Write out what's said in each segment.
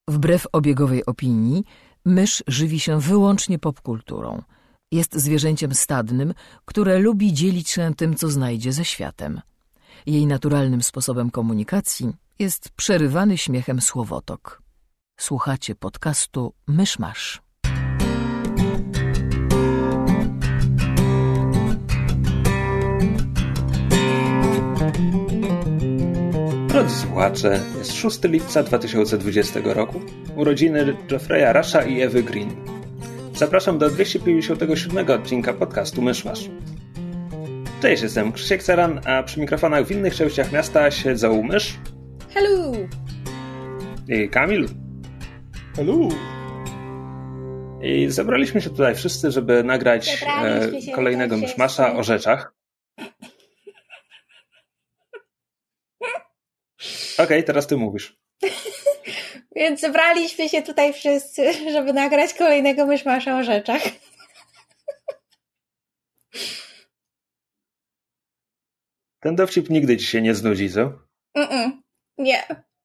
Wbrew obiegowej opinii, mysz żywi się wyłącznie popkulturą. Jest zwierzęciem stadnym, które lubi dzielić się tym, co znajdzie ze światem. Jej naturalnym sposobem komunikacji jest przerywany śmiechem słowotok. Słuchacie podcastu Myszmasz. Drodzy słuchacze, jest 6 lipca 2020 roku, urodziny Geoffreya Rusha i Ewy Green. Zapraszam do 257 odcinka podcastu Myszmasz. Cześć, jestem Krzysiek Ceran, a przy mikrofonach w innych częściach miasta siedzą Mysz. Hello! I Kamil. Hello! I zebraliśmy się tutaj wszyscy, żeby nagrać kolejnego Myszmasza o rzeczach. Okej, teraz ty mówisz. Więc zebraliśmy się tutaj wszyscy, żeby nagrać kolejnego Myszmasza o rzeczach. Ten dowcip nigdy ci się nie znudzi, co? Nie.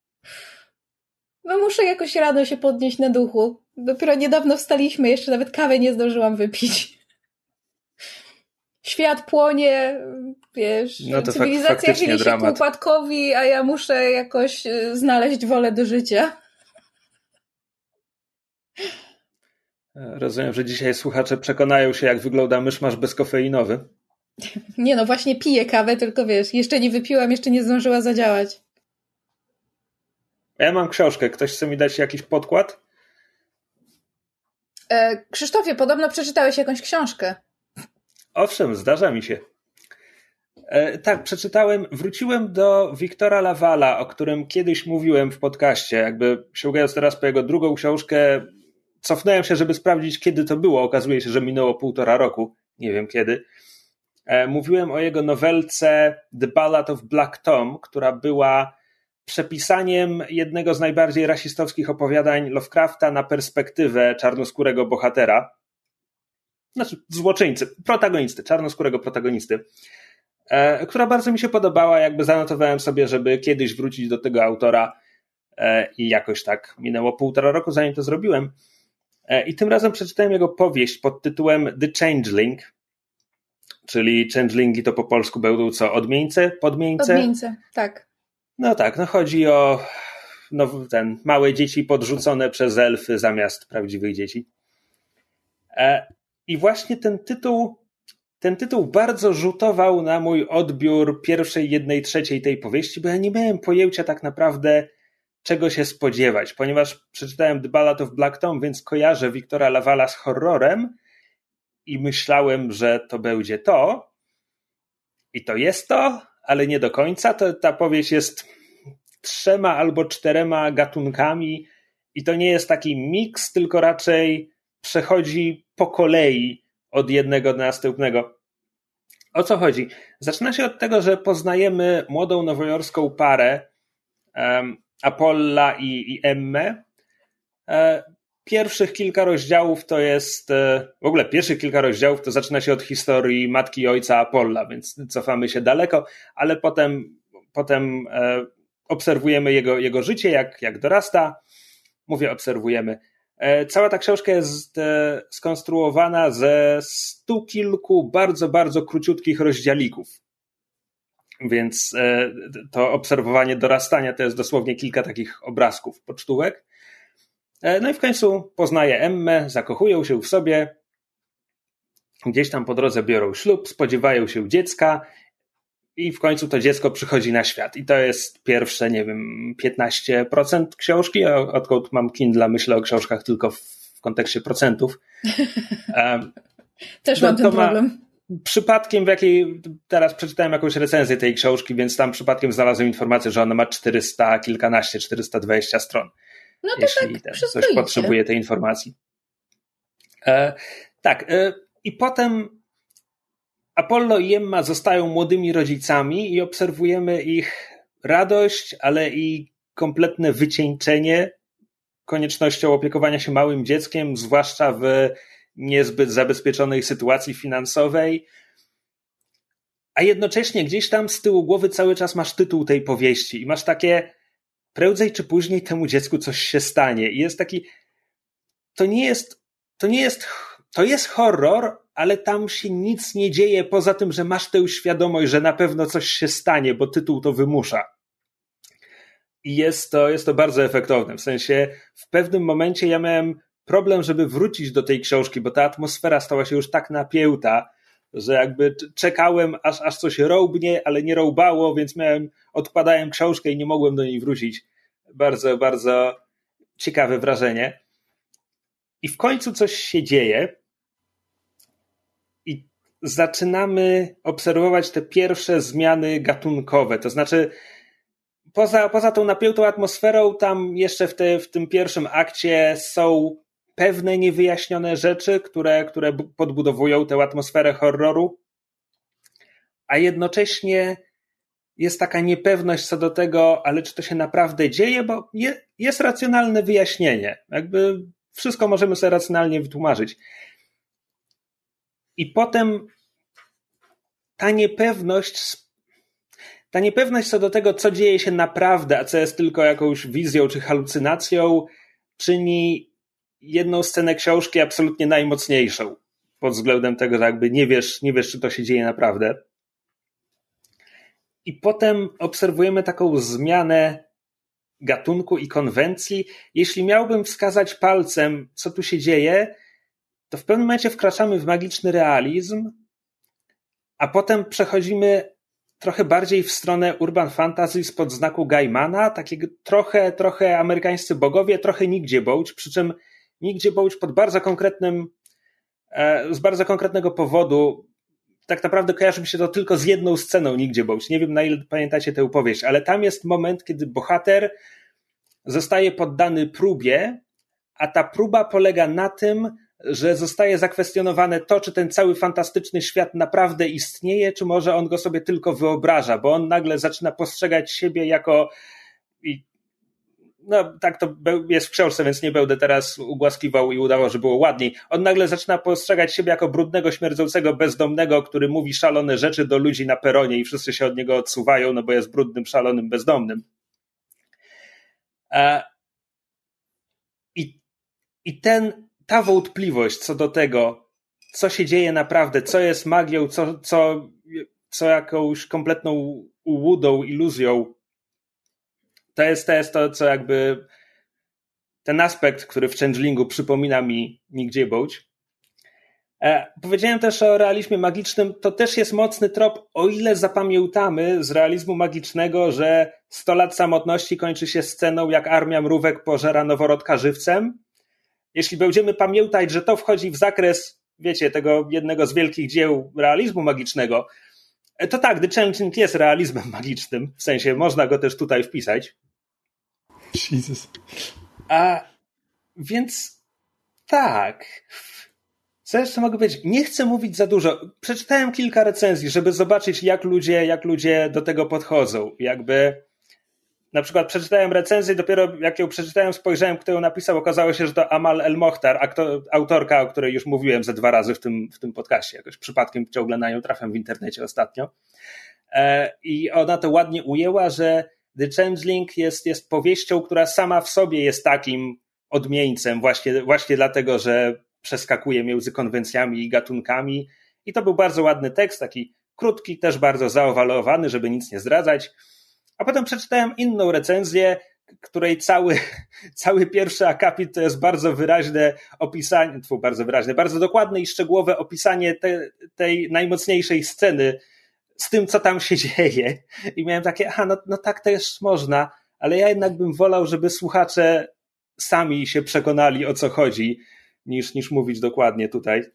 No muszę jakoś rano się podnieść na duchu. Dopiero niedawno wstaliśmy, jeszcze nawet kawę nie zdążyłam wypić. Świat płonie, wiesz, no to cywilizacja chyli się ku upadkowi, a ja muszę jakoś znaleźć wolę do życia. Rozumiem, że dzisiaj słuchacze przekonają się, jak wygląda myszmasz bezkofeinowy. Nie no, właśnie piję kawę, tylko wiesz, jeszcze nie wypiłam, jeszcze nie zdążyła zadziałać. Ja mam książkę. Ktoś chce mi dać jakiś podkład? Krzysztofie, podobno przeczytałeś jakąś książkę. Owszem, zdarza mi się. Tak, przeczytałem. Wróciłem do Wiktora Lavala, o którym kiedyś mówiłem w podcaście. Jakby sięgając teraz po jego drugą książkę, cofnąłem się, żeby sprawdzić, kiedy to było. Okazuje się, że minęło 1,5 roku. Nie wiem kiedy. Mówiłem o jego nowelce The Ballad of Black Tom, która była przepisaniem jednego z najbardziej rasistowskich opowiadań Lovecrafta na perspektywę czarnoskórego bohatera. Znaczy złoczyńcy, protagonisty, czarnoskórego protagonisty, która bardzo mi się podobała. Jakby zanotowałem sobie, żeby kiedyś wrócić do tego autora i jakoś tak minęło 1,5 roku, zanim to zrobiłem. I tym razem przeczytałem jego powieść pod tytułem The Changeling, czyli changelingi to po polsku będą co? Odmieńce? Podmieńce? Odmieńce, tak. No tak, no chodzi o małe dzieci podrzucone przez elfy zamiast prawdziwych dzieci. I właśnie ten tytuł bardzo rzutował na mój odbiór pierwszej 1/3 tej powieści, bo ja nie miałem pojęcia tak naprawdę, czego się spodziewać, ponieważ przeczytałem The Ballad of Black Tom, więc kojarzę Wiktora Lavala z horrorem i myślałem, że to będzie to. I to jest to, ale nie do końca. Ta powieść jest 3 albo 4 gatunkami i to nie jest taki miks, tylko raczej przechodzi po kolei od jednego do następnego. O co chodzi? Zaczyna się od tego, że poznajemy młodą nowojorską parę Apolla i Emmę. Pierwszych kilka rozdziałów to jest, w ogóle pierwszych kilka rozdziałów to zaczyna się od historii matki i ojca Apolla, więc cofamy się daleko, ale potem obserwujemy jego życie, jak dorasta. Mówię, obserwujemy. Cała ta książka jest skonstruowana ze 100 kilku bardzo, bardzo króciutkich rozdziałików. Więc to obserwowanie dorastania to jest dosłownie kilka takich obrazków, pocztówek. No i w końcu poznaje Emmę, zakochują się w sobie, gdzieś tam po drodze biorą ślub, spodziewają się dziecka i w końcu to dziecko przychodzi na świat. I to jest pierwsze, 15% książki, a odkąd mam Kindle, myślę o książkach tylko w kontekście procentów. Też mam ten problem. Przypadkiem teraz przeczytałem jakąś recenzję tej książki, więc tam przypadkiem znalazłem informację, że ona ma 400 kilkanaście, 420 stron. No to jeśli tak ktoś potrzebuje tej informacji. I potem Apollo i Emma zostają młodymi rodzicami i obserwujemy ich radość, ale i kompletne wycieńczenie koniecznością opiekowania się małym dzieckiem, zwłaszcza w niezbyt zabezpieczonej sytuacji finansowej. A jednocześnie gdzieś tam z tyłu głowy cały czas masz tytuł tej powieści i masz takie prędzej czy później temu dziecku coś się stanie. I jest taki, to jest horror, ale tam się nic nie dzieje poza tym, że masz tę świadomość, że na pewno coś się stanie, bo tytuł to wymusza. I jest to bardzo efektowne. W sensie w pewnym momencie ja miałem problem, żeby wrócić do tej książki, bo ta atmosfera stała się już tak napięta, że jakby czekałem, aż coś rołbnie, ale nie rołbało, więc odkładałem książkę i nie mogłem do niej wrócić. Bardzo, bardzo ciekawe wrażenie. I w końcu coś się dzieje i zaczynamy obserwować te pierwsze zmiany gatunkowe. To znaczy poza tą napiętą atmosferą, tam jeszcze w tym pierwszym akcie są pewne niewyjaśnione rzeczy, które podbudowują tę atmosferę horroru, a jednocześnie jest taka niepewność co do tego, ale czy to się naprawdę dzieje, bo jest racjonalne wyjaśnienie. Jakby wszystko możemy sobie racjonalnie wytłumaczyć. I potem ta niepewność co do tego, co dzieje się naprawdę, a co jest tylko jakąś wizją czy halucynacją, czyni jedną scenę książki absolutnie najmocniejszą pod względem tego, że jakby nie wiesz, czy to się dzieje naprawdę. I potem obserwujemy taką zmianę gatunku i konwencji. Jeśli miałbym wskazać palcem, co tu się dzieje, to w pewnym momencie wkraczamy w magiczny realizm, a potem przechodzimy trochę bardziej w stronę urban fantasy spod znaku Gaimana, takiego trochę amerykańscy bogowie, trochę Nigdziebołć, przy czym Nigdziebołć z bardzo konkretnego powodu. Tak naprawdę kojarzy mi się to tylko z jedną sceną Nigdziebołć. Nie wiem, na ile pamiętacie tę opowieść, ale tam jest moment, kiedy bohater zostaje poddany próbie, a ta próba polega na tym, że zostaje zakwestionowane to, czy ten cały fantastyczny świat naprawdę istnieje, czy może on go sobie tylko wyobraża, bo on nagle zaczyna postrzegać siebie jako... No tak to jest w książce, więc nie będę teraz ugłaskiwał i udawał, że było ładniej. On nagle zaczyna postrzegać siebie jako brudnego, śmierdzącego bezdomnego, który mówi szalone rzeczy do ludzi na peronie i wszyscy się od niego odsuwają, no bo jest brudnym, szalonym bezdomnym. I ta wątpliwość co do tego, co się dzieje naprawdę, co jest magią, co jakąś kompletną ułudą, iluzją, to jest to, co jakby ten aspekt, który w Changelingu przypomina mi Nigdziebołć. Powiedziałem też o realizmie magicznym, to też jest mocny trop, o ile zapamiętamy z realizmu magicznego, że 100 lat samotności kończy się sceną, jak armia mrówek pożera noworodka żywcem. Jeśli będziemy pamiętać, że to wchodzi w zakres, wiecie, tego jednego z wielkich dzieł realizmu magicznego, to tak, The Changing jest realizmem magicznym, w sensie można go też tutaj wpisać. Jesus. Więc tak. Co jeszcze mogę powiedzieć? Nie chcę mówić za dużo. Przeczytałem kilka recenzji, żeby zobaczyć, jak ludzie do tego podchodzą. Jakby na przykład przeczytałem recenzję, dopiero jak ją przeczytałem, spojrzałem, kto ją napisał, okazało się, że to Amal El-Mohtar, autorka, o której już mówiłem ze 2 razy w tym podcaście. Jakoś przypadkiem ciągle na nią trafiam w internecie ostatnio. I ona to ładnie ujęła, że The Changeling jest powieścią, która sama w sobie jest takim odmieńcem właśnie dlatego, że przeskakuje między konwencjami i gatunkami. I to był bardzo ładny tekst, taki krótki, też bardzo zaowalowany, żeby nic nie zdradzać. A potem przeczytałem inną recenzję, której cały pierwszy akapit to jest bardzo wyraźne opisanie, bardzo dokładne i szczegółowe opisanie tej najmocniejszej sceny z tym, co tam się dzieje. I miałem takie, no tak też można, ale ja jednak bym wolał, żeby słuchacze sami się przekonali, o co chodzi, niż mówić dokładnie tutaj.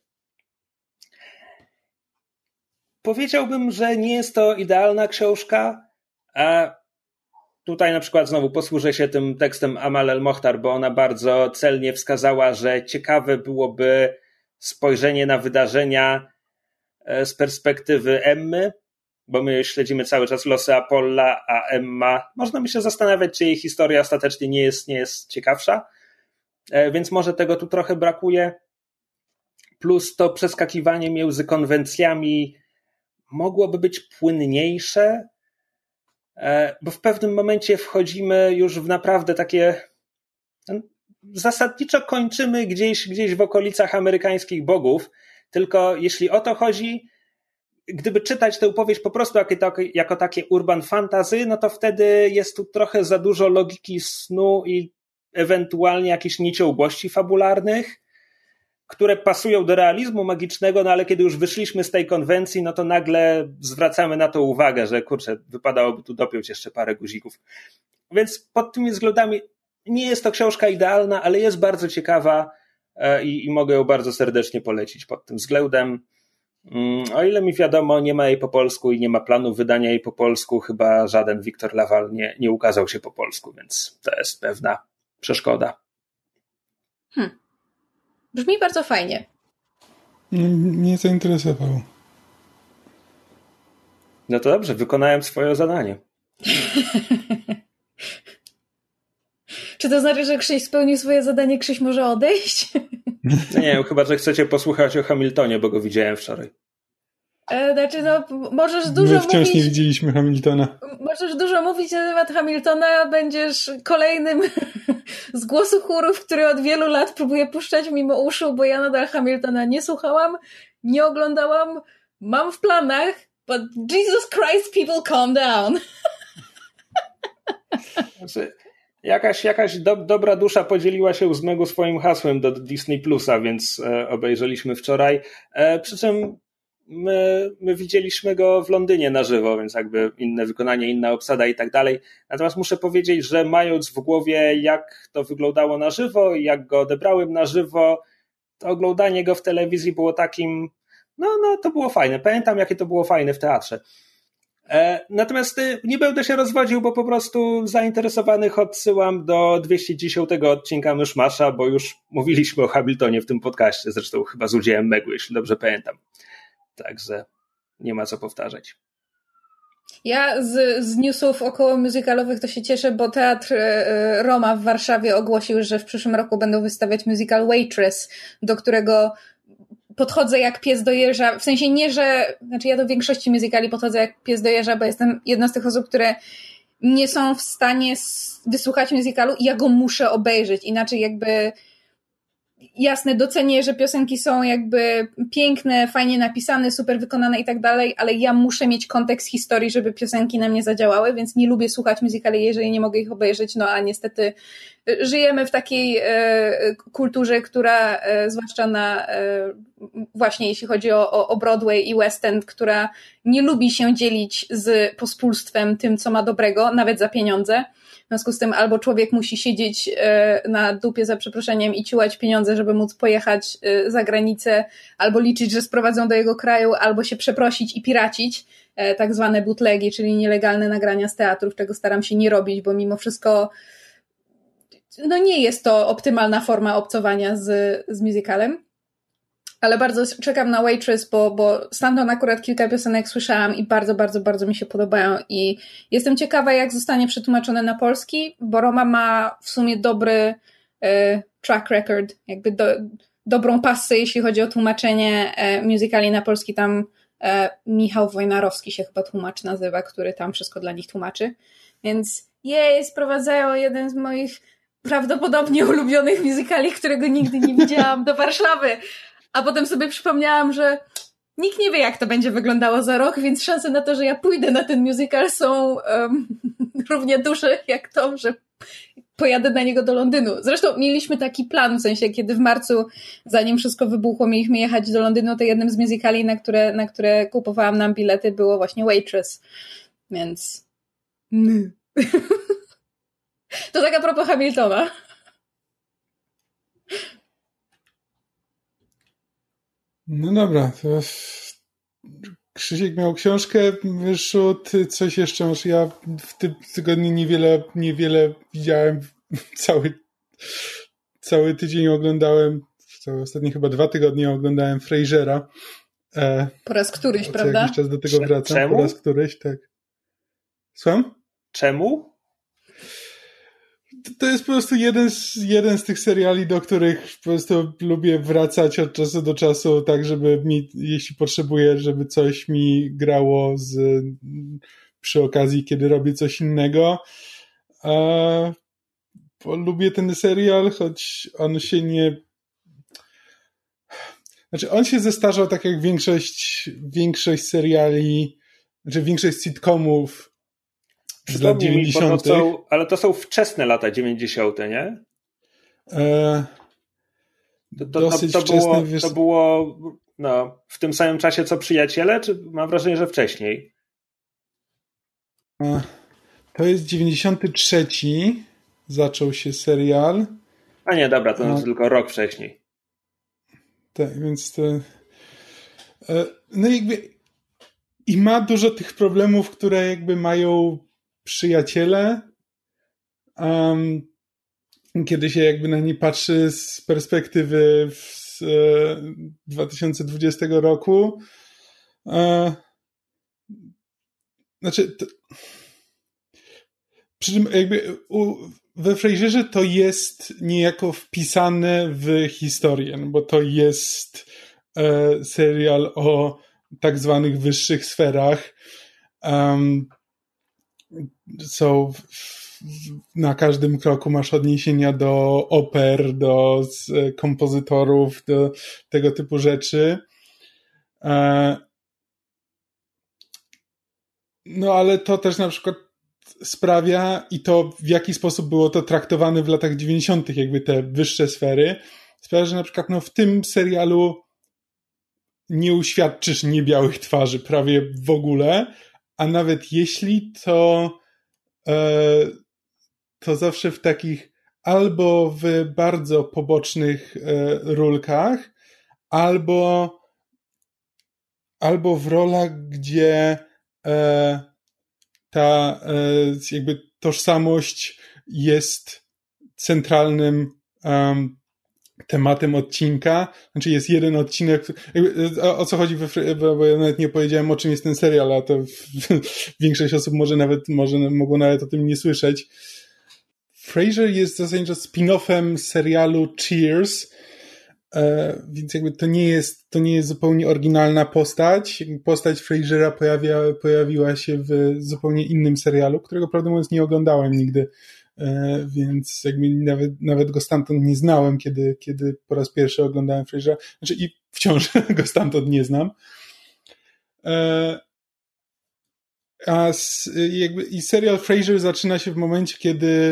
Powiedziałbym, że nie jest to idealna książka, a tutaj na przykład znowu posłużę się tym tekstem Amal El-Mohtar, bo ona bardzo celnie wskazała, że ciekawe byłoby spojrzenie na wydarzenia z perspektywy Emmy, bo my śledzimy cały czas losy Apolla, a Emma, można by się zastanawiać, czy jej historia ostatecznie nie jest ciekawsza, więc może tego tu trochę brakuje. Plus to przeskakiwanie między konwencjami mogłoby być płynniejsze, bo w pewnym momencie wchodzimy już w naprawdę takie, zasadniczo kończymy gdzieś w okolicach amerykańskich bogów, tylko jeśli o to chodzi, gdyby czytać tę opowieść po prostu jako takie urban fantasy, no to wtedy jest tu trochę za dużo logiki snu i ewentualnie jakichś nieciągłości fabularnych, które pasują do realizmu magicznego, no ale kiedy już wyszliśmy z tej konwencji, no to nagle zwracamy na to uwagę, że kurczę, wypadałoby tu dopiąć jeszcze parę guzików. Więc pod tymi względami nie jest to książka idealna, ale jest bardzo ciekawa i mogę ją bardzo serdecznie polecić pod tym względem. O ile mi wiadomo, nie ma jej po polsku i nie ma planu wydania jej po polsku, chyba żaden Victor Laval nie ukazał się po polsku, więc to jest pewna przeszkoda. Brzmi bardzo fajnie. Mnie zainteresowało. No to dobrze, wykonałem swoje zadanie. Czy to znaczy, że Krzyś spełnił swoje zadanie, Krzyś może odejść? No nie wiem, chyba że chcecie posłuchać o Hamiltonie, bo go widziałem wczoraj. Znaczy, no, możesz dużo My wciąż mówić. nie widzieliśmy Hamiltona. Możesz dużo mówić na temat Hamiltona, będziesz kolejnym z głosu chórów, który od wielu lat próbuje puszczać mimo uszu, bo ja nadal Hamiltona nie słuchałam, nie oglądałam, mam w planach, but Jesus Christ, people calm down. Znaczy, jakaś dobra dusza podzieliła się z mego swoim hasłem do Disney Plusa, więc obejrzeliśmy wczoraj. Przy czym my widzieliśmy go w Londynie na żywo, więc jakby inne wykonanie, inna obsada i tak dalej. Natomiast muszę powiedzieć, że mając w głowie, jak to wyglądało na żywo i jak go odebrałem na żywo, to oglądanie go w telewizji było takim, no to było fajne. Pamiętam, jakie to było fajne w teatrze. Natomiast nie będę się rozwodził, bo po prostu zainteresowanych odsyłam do 210 odcinka Myszmasza, bo już mówiliśmy o Hamiltonie w tym podcaście, zresztą chyba z udziałem Megły, jeśli dobrze pamiętam. Także nie ma co powtarzać. Ja z newsów około musicalowych to się cieszę, bo Teatr Roma w Warszawie ogłosił, że w przyszłym roku będą wystawiać musical Waitress, do którego podchodzę jak pies do jeża, w sensie nie, że, znaczy ja do większości musicali podchodzę jak pies do jeża, bo jestem jedną z tych osób, które nie są w stanie wysłuchać musicalu i ja go muszę obejrzeć, inaczej jakby jasne, docenię, że piosenki są jakby piękne, fajnie napisane, super wykonane i tak dalej, ale ja muszę mieć kontekst historii, żeby piosenki na mnie zadziałały, więc nie lubię słuchać musicali, jeżeli nie mogę ich obejrzeć, no a niestety żyjemy w takiej kulturze, która zwłaszcza na właśnie jeśli chodzi o Broadway i West End, która nie lubi się dzielić z pospólstwem tym, co ma dobrego, nawet za pieniądze. W związku z tym albo człowiek musi siedzieć na dupie za przeproszeniem i ciułać pieniądze, żeby móc pojechać za granicę, albo liczyć, że sprowadzą do jego kraju, albo się przeprosić i piracić, tak zwane bootlegi, czyli nielegalne nagrania z teatrów, czego staram się nie robić, bo mimo wszystko no nie jest to optymalna forma obcowania z musicalem. Ale bardzo czekam na Waitress, bo stamtąd akurat kilka piosenek słyszałam i bardzo, bardzo, bardzo mi się podobają i jestem ciekawa, jak zostanie przetłumaczone na polski, bo Roma ma w sumie dobry track record, jakby dobrą passę, jeśli chodzi o tłumaczenie musicali na polski. Tam Michał Wojnarowski się chyba tłumacz nazywa, który tam wszystko dla nich tłumaczy. Więc sprowadzają jeden z moich prawdopodobnie ulubionych musicali, którego nigdy nie widziałam, do Warszawy. A potem sobie przypomniałam, że nikt nie wie, jak to będzie wyglądało za rok, więc szanse na to, że ja pójdę na ten musical są równie duże jak to, że pojadę na niego do Londynu. Zresztą mieliśmy taki plan, w sensie kiedy w marcu, zanim wszystko wybuchło, mieliśmy jechać do Londynu, to jednym z musicali, na które kupowałam nam bilety, było właśnie Waitress. Więc to tak a propos Hamiltona. No dobra, to Krzysiek miał książkę, wyszło, ty coś jeszcze masz. Ja w tym tygodniu niewiele widziałem, cały tydzień oglądałem, ostatnie chyba 2 tygodnie oglądałem Frasera. Po raz któryś, prawda? Jakiś czas do tego wracam. Czemu? Po raz któryś, tak. Słucham? Czemu? To jest po prostu jeden z tych seriali, do których po prostu lubię wracać od czasu do czasu, tak żeby mi, jeśli potrzebuję, żeby coś mi grało z przy okazji, kiedy robię coś innego. Bo lubię ten serial, choć on się nie... Znaczy, on się zestarzał tak jak większość seriali, znaczy większość sitcomów z lat 90. Ale to są wczesne lata 90., nie? Dosyć wczesne. To było w tym samym czasie co Przyjaciele, czy mam wrażenie, że wcześniej? To jest 93. Zaczął się serial. A nie, dobra, to tylko rok wcześniej. Tak, więc to... No jakby i ma dużo tych problemów, które jakby mają Przyjaciele. Kiedy się jakby na nie patrzy z perspektywy 2020 roku. Znaczy... Przy czym jakby we Frasierze to jest niejako wpisane w historię, no bo to jest serial o tak zwanych wyższych sferach. Na każdym kroku masz odniesienia do oper, do kompozytorów, do tego typu rzeczy. No ale to też na przykład sprawia i to w jaki sposób było to traktowane w latach 90., jakby te wyższe sfery, sprawia, że na przykład w tym serialu nie uświadczysz niebiałych twarzy prawie w ogóle, a nawet jeśli to zawsze w takich albo w bardzo pobocznych rólkach, albo w rolach, gdzie ta jakby tożsamość jest centralnym tematem odcinka. Znaczy jest jeden odcinek. O co chodzi, bo ja nawet nie powiedziałem, o czym jest ten serial, a to większość osób mogło nawet o tym nie słyszeć. Frasier jest zasadniczo spin-offem serialu Cheers, więc jakby to nie jest zupełnie oryginalna postać. Postać Frasera pojawiła się w zupełnie innym serialu, którego prawdę mówiąc nie oglądałem nigdy, więc jakby nawet go stamtąd nie znałem, kiedy po raz pierwszy oglądałem Frasera. Znaczy i wciąż go stamtąd nie znam. I serial Frasier zaczyna się w momencie, kiedy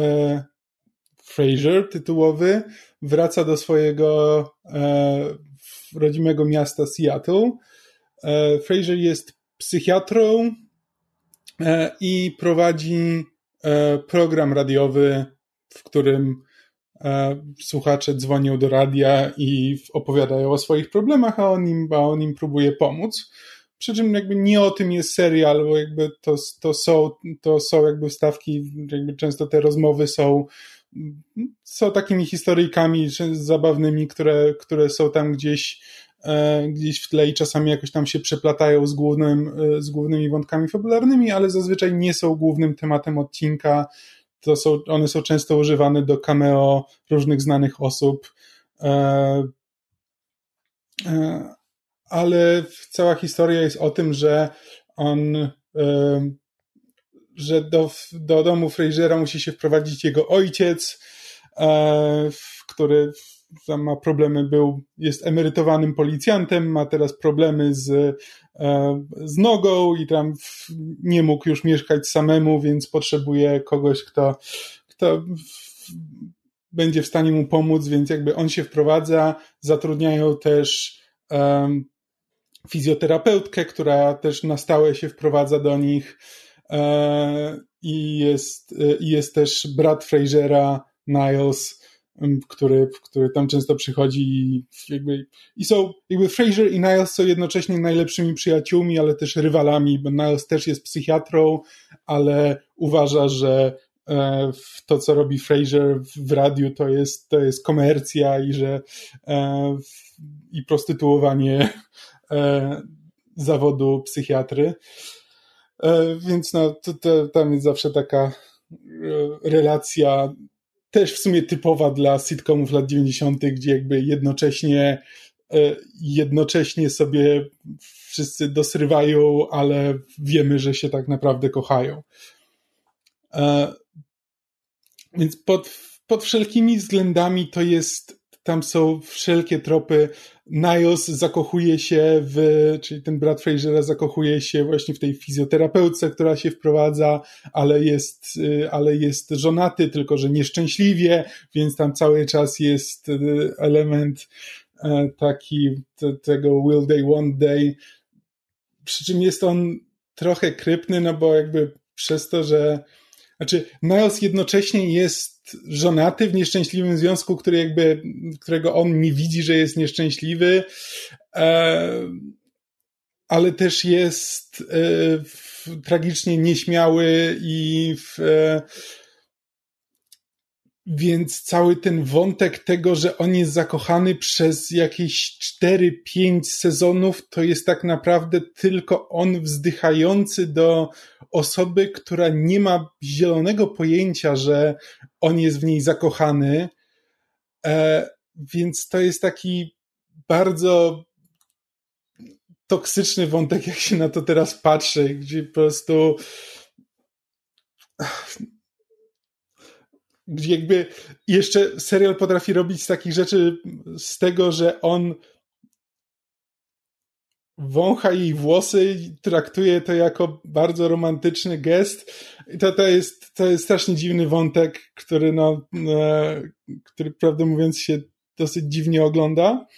Frasier tytułowy wraca do swojego rodzimego miasta Seattle. Frasier jest psychiatrą i prowadzi program radiowy, w którym słuchacze dzwonią do radia i opowiadają o swoich problemach, a on im próbuje pomóc. Przy czym jakby nie o tym jest serial, bo jakby to są jakby wstawki, jakby często te rozmowy są takimi historyjkami zabawnymi, które są tam gdzieś w tle i czasami jakoś tam się przeplatają z głównymi wątkami fabularnymi, ale zazwyczaj nie są głównym tematem odcinka. One są często używane do cameo różnych znanych osób. Ale cała historia jest o tym, że że do domu Frasera musi się wprowadzić jego ojciec, który tam ma problemy, jest emerytowanym policjantem, ma teraz problemy z nogą i tam nie mógł już mieszkać samemu, więc potrzebuje kogoś, kto będzie w stanie mu pomóc, więc jakby on się wprowadza. Zatrudniają też fizjoterapeutkę, która też na stałe się wprowadza do nich, i jest też brat Frasera, Niles, który tam często przychodzi i są jakby Frasier i Niles są jednocześnie najlepszymi przyjaciółmi, ale też rywalami, bo Niles też jest psychiatrą, ale uważa, że to, co robi Frasier w radiu, to jest komercja i że i prostytuowanie zawodu psychiatry. Więc tam jest zawsze taka relacja też w sumie typowa dla sitcomów lat 90., gdzie jakby jednocześnie jednocześnie sobie wszyscy dosrywają, ale wiemy, że się tak naprawdę kochają. Więc pod wszelkimi względami to jest, tam są wszelkie tropy. Niles zakochuje się czyli ten brat Frasera zakochuje się właśnie w tej fizjoterapeutce, która się wprowadza, ale jest żonaty, tylko że nieszczęśliwie, więc tam cały czas jest element taki tego will they, won't they. Przy czym jest on trochę krypny, no bo jakby przez to, że Niles jednocześnie jest żonaty w nieszczęśliwym związku, którego on nie widzi, że jest nieszczęśliwy, ale też jest tragicznie nieśmiały więc cały ten wątek tego, że on jest zakochany przez jakieś 4-5 sezonów, to jest tak naprawdę tylko on wzdychający do osoby, która nie ma zielonego pojęcia, że on jest w niej zakochany. Więc to jest taki bardzo toksyczny wątek, jak się na to teraz patrzy, gdzie po prostu gdzie jakby jeszcze serial potrafi robić z takich rzeczy, z tego, że on wącha jej włosy i traktuje to jako bardzo romantyczny gest. I to jest strasznie dziwny wątek, który prawdę mówiąc się dosyć dziwnie ogląda.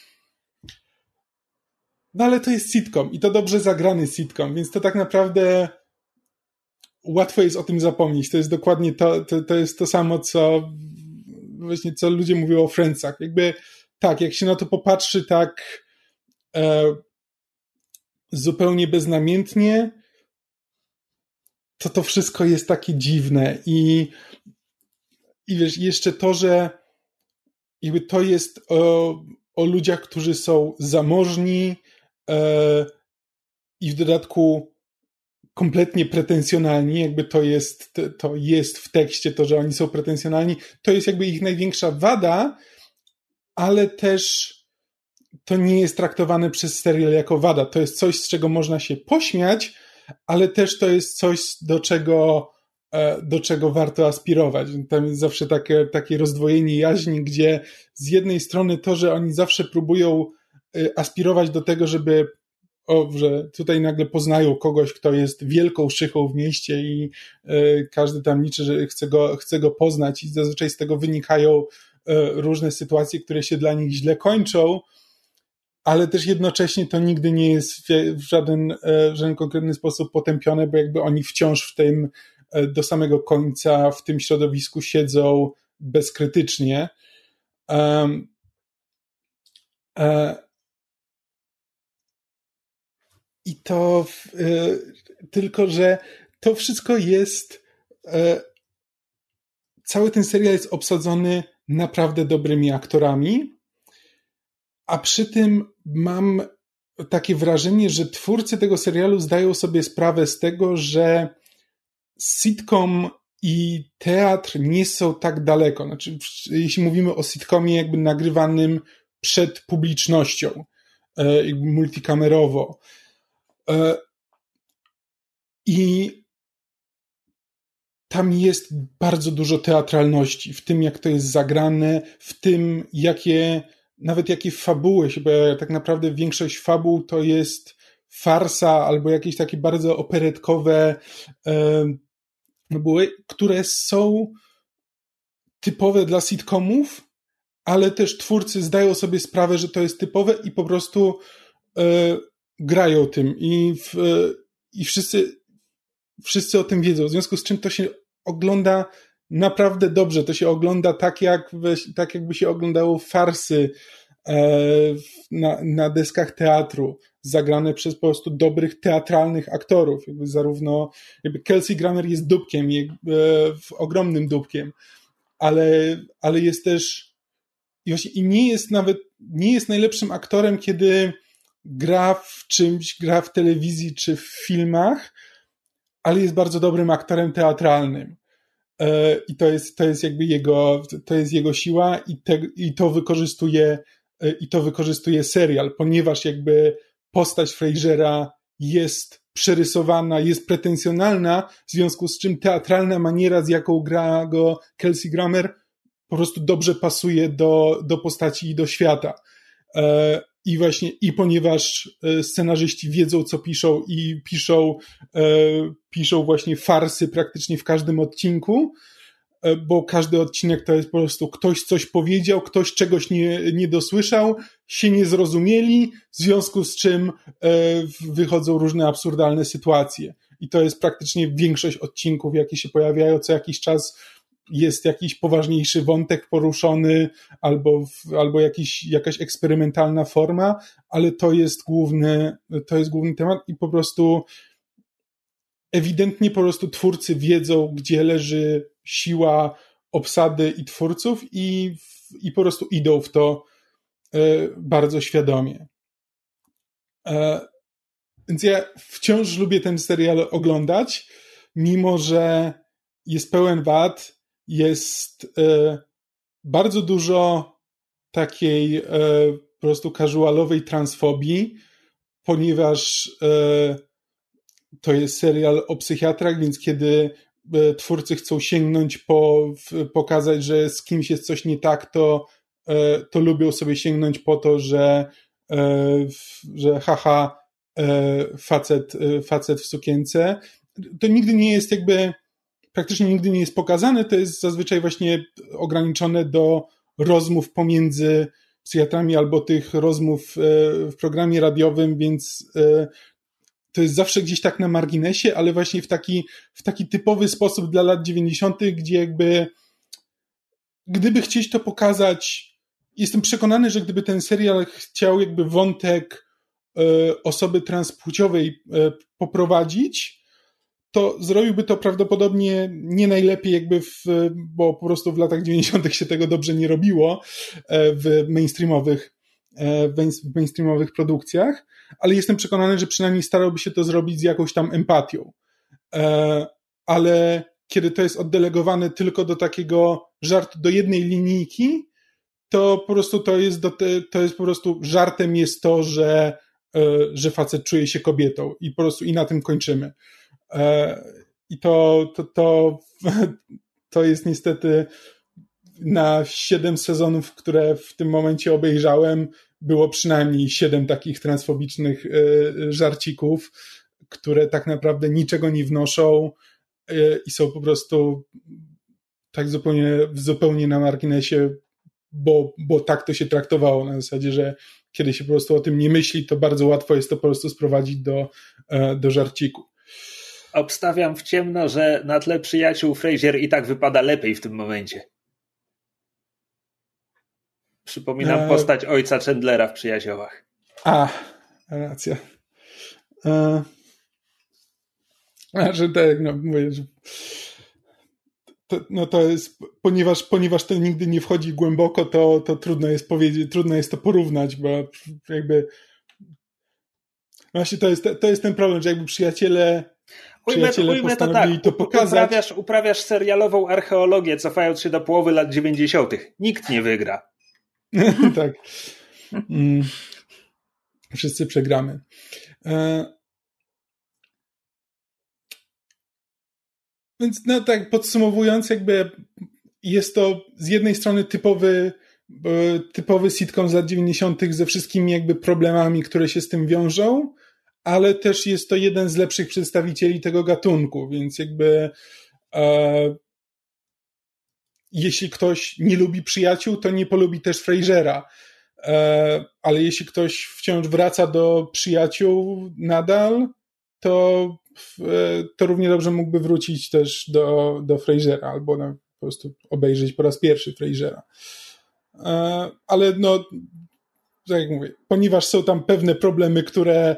No ale to jest sitcom i to dobrze zagrany sitcom, więc to tak naprawdę łatwo jest o tym zapomnieć. To jest dokładnie to jest to samo, co ludzie mówią o Friendsach. Jakby tak, jak się na to popatrzy tak zupełnie beznamiętnie, to wszystko jest takie dziwne i wiesz, jeszcze to, że jakby to jest o ludziach, którzy są zamożni i w dodatku kompletnie pretensjonalni, jakby to jest w tekście to, że oni są pretensjonalni, to jest jakby ich największa wada, ale też to nie jest traktowane przez serial jako wada. To jest coś, z czego można się pośmiać, ale też to jest coś, do czego warto aspirować. Tam jest zawsze takie rozdwojenie jaźni, gdzie z jednej strony to, że oni zawsze próbują aspirować do tego, że tutaj nagle poznają kogoś, kto jest wielką szychą w mieście i każdy tam liczy, że chce go poznać i zazwyczaj z tego wynikają różne sytuacje, które się dla nich źle kończą, ale też jednocześnie to nigdy nie jest w żaden konkretny sposób potępione, bo jakby oni wciąż do samego końca w tym środowisku siedzą bezkrytycznie. I to tylko, że to wszystko jest cały ten serial jest obsadzony naprawdę dobrymi aktorami, a przy tym mam takie wrażenie, że twórcy tego serialu zdają sobie sprawę z tego, że sitcom i teatr nie są tak daleko. Znaczy, jeśli mówimy o sitcomie jakby nagrywanym przed publicznością, jakby multikamerowo. I tam jest bardzo dużo teatralności w tym, jak to jest zagrane, w tym, jakie fabuły się pojawiają. Tak naprawdę większość fabuł to jest farsa albo jakieś takie bardzo operetkowe fabuły, które są typowe dla sitcomów, ale też twórcy zdają sobie sprawę, że to jest typowe i po prostu grają tym i wszyscy o tym wiedzą, w związku z czym to się ogląda naprawdę dobrze, to się ogląda tak jakby się oglądało farsy na deskach teatru, zagrane przez po prostu dobrych teatralnych aktorów, jakby Kelsey Grammer jest dupkiem, ogromnym dupkiem, ale jest też i nie jest najlepszym aktorem, kiedy gra w czymś, gra w telewizji czy w filmach, ale jest bardzo dobrym aktorem teatralnym. I to jest jakby jego siła i to wykorzystuje i to wykorzystuje serial, ponieważ jakby postać Frasera jest przerysowana, jest pretensjonalna, w związku z czym teatralna maniera, z jaką gra go Kelsey Grammer, po prostu dobrze pasuje do postaci i do świata. I właśnie, i ponieważ scenarzyści wiedzą, co piszą i piszą właśnie farsy praktycznie w każdym odcinku, bo każdy odcinek to jest po prostu ktoś coś powiedział, ktoś czegoś nie dosłyszał, się nie zrozumieli, w związku z czym wychodzą różne absurdalne sytuacje. I to jest praktycznie większość odcinków, jakie się pojawiają co jakiś czas. Jest jakiś poważniejszy wątek poruszony albo jakaś eksperymentalna forma, ale to jest główny temat i po prostu ewidentnie po prostu twórcy wiedzą, gdzie leży siła obsady i twórców i po prostu idą w to bardzo świadomie. Więc ja wciąż lubię ten serial oglądać, mimo że jest pełen wad, jest bardzo dużo takiej po prostu casualowej transfobii, ponieważ to jest serial o psychiatrach, więc kiedy twórcy chcą sięgnąć pokazać, że z kimś jest coś nie tak, to lubią sobie sięgnąć po to, że haha, facet w sukience. To nigdy nie jest praktycznie nigdy nie jest pokazane, to jest zazwyczaj właśnie ograniczone do rozmów pomiędzy psychiatrami albo tych rozmów w programie radiowym, więc to jest zawsze gdzieś tak na marginesie, ale właśnie w taki typowy sposób dla lat 90., gdzie jakby gdyby chcieć to pokazać, jestem przekonany, że gdyby ten serial chciał jakby wątek osoby transpłciowej poprowadzić, to zrobiłby to prawdopodobnie nie najlepiej bo po prostu w latach 90. się tego dobrze nie robiło w mainstreamowych produkcjach, ale jestem przekonany, że przynajmniej starałby się to zrobić z jakąś tam empatią. Ale kiedy to jest oddelegowane tylko do takiego żartu, do jednej linijki, to po prostu to jest po prostu żartem jest to, że facet czuje się kobietą i po prostu i na tym kończymy. I to jest niestety na 7 sezonów, które w tym momencie obejrzałem, było przynajmniej 7 takich transfobicznych żarcików, które tak naprawdę niczego nie wnoszą i są po prostu tak zupełnie na marginesie, bo tak to się traktowało, na zasadzie, że kiedy się po prostu o tym nie myśli, to bardzo łatwo jest to po prostu sprowadzić do żarciku. Obstawiam w ciemno, że na tle Przyjaciół Frasier i tak wypada lepiej w tym momencie. Przypominam postać ojca Chandlera w Przyjaciołach. Racja. Że tak, mówię, że to jest, ponieważ to nigdy nie wchodzi głęboko, to trudno jest powiedzieć, trudno jest to porównać, bo jakby właśnie to jest ten problem, że jakby przyjaciele postanowili to pokazać. Uprawiasz serialową archeologię, cofając się do połowy lat 90. Nikt nie wygra. Tak. Wszyscy przegramy. Więc tak podsumowując, jakby jest to z jednej strony typowy sitcom z lat 90. ze wszystkimi jakby problemami, które się z tym wiążą, ale też jest to jeden z lepszych przedstawicieli tego gatunku, więc jakby jeśli ktoś nie lubi Przyjaciół, to nie polubi też Frasera, ale jeśli ktoś wciąż wraca do Przyjaciół nadal, to równie dobrze mógłby wrócić też do Frasera, albo po prostu obejrzeć po raz pierwszy Frasera. Ale tak jak mówię, ponieważ są tam pewne problemy, które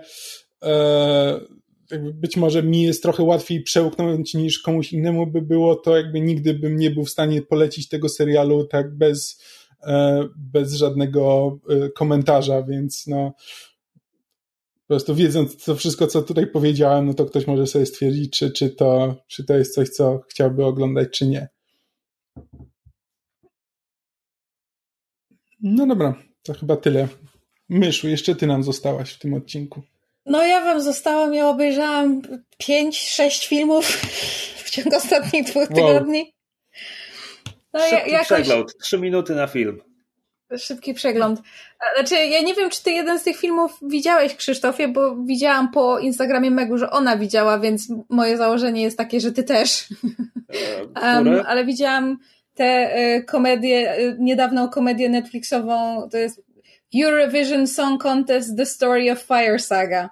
jakby być może mi jest trochę łatwiej przełknąć niż komuś innemu by było, to jakby nigdy bym nie był w stanie polecić tego serialu tak bez żadnego komentarza, więc po prostu wiedząc to wszystko, co tutaj powiedziałem, to ktoś może sobie stwierdzić, czy to jest coś, co chciałby oglądać, czy nie. No dobra. To chyba tyle. Myszu, jeszcze ty nam zostałaś w tym odcinku. No ja wam zostałam, ja obejrzałam 5-6 filmów w ciągu ostatnich 2 tygodni. No, Szybki przegląd, 3 minuty na film. Szybki przegląd. Znaczy, ja nie wiem, czy ty jeden z tych filmów widziałeś, Krzysztofie, bo widziałam po Instagramie Megu, że ona widziała, więc moje założenie jest takie, że ty też. Ale widziałam tę komedię, niedawną komedię Netflixową, to jest Eurovision Song Contest The Story of Fire Saga.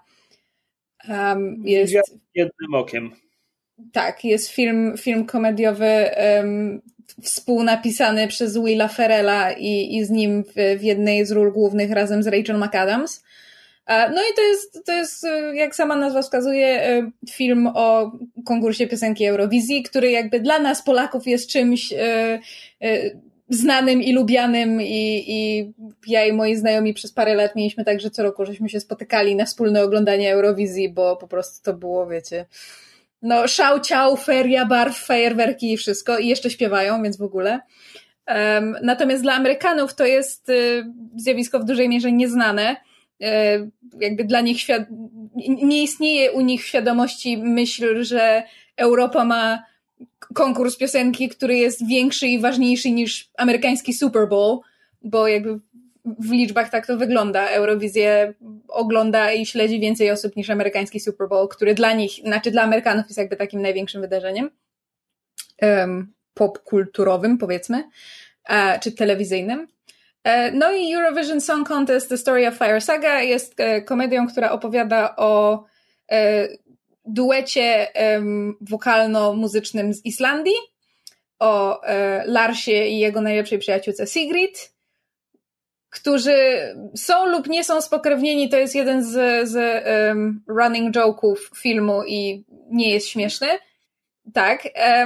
Jest jednym okiem. Tak, jest film komediowy współnapisany przez Willa Ferrella i z nim w jednej z ról głównych razem z Rachel McAdams. No i to jest, jak sama nazwa wskazuje, film o konkursie piosenki Eurowizji, który jakby dla nas Polaków jest czymś znanym i lubianym i ja i moi znajomi przez parę lat mieliśmy tak, że co roku żeśmy się spotykali na wspólne oglądanie Eurowizji, bo po prostu to było, wiecie, no szał, ciał, feria, barw, fajerwerki i wszystko i jeszcze śpiewają, więc w ogóle. Natomiast dla Amerykanów to jest zjawisko w dużej mierze nieznane. Jakby dla nich nie istnieje u nich w świadomości myśl, że Europa ma konkurs piosenki, który jest większy i ważniejszy niż amerykański Super Bowl, bo jakby w liczbach tak to wygląda. Eurowizję ogląda i śledzi więcej osób niż amerykański Super Bowl, który dla nich, znaczy dla Amerykanów jest jakby takim największym wydarzeniem popkulturowym, powiedzmy, czy telewizyjnym. No i Eurovision Song Contest The Story of Fire Saga jest komedią, która opowiada o duecie wokalno-muzycznym z Islandii, o Larsie i jego najlepszej przyjaciółce Sigrid, którzy są lub nie są spokrewnieni. To jest jeden z running joke'ów filmu i nie jest śmieszny. Tak.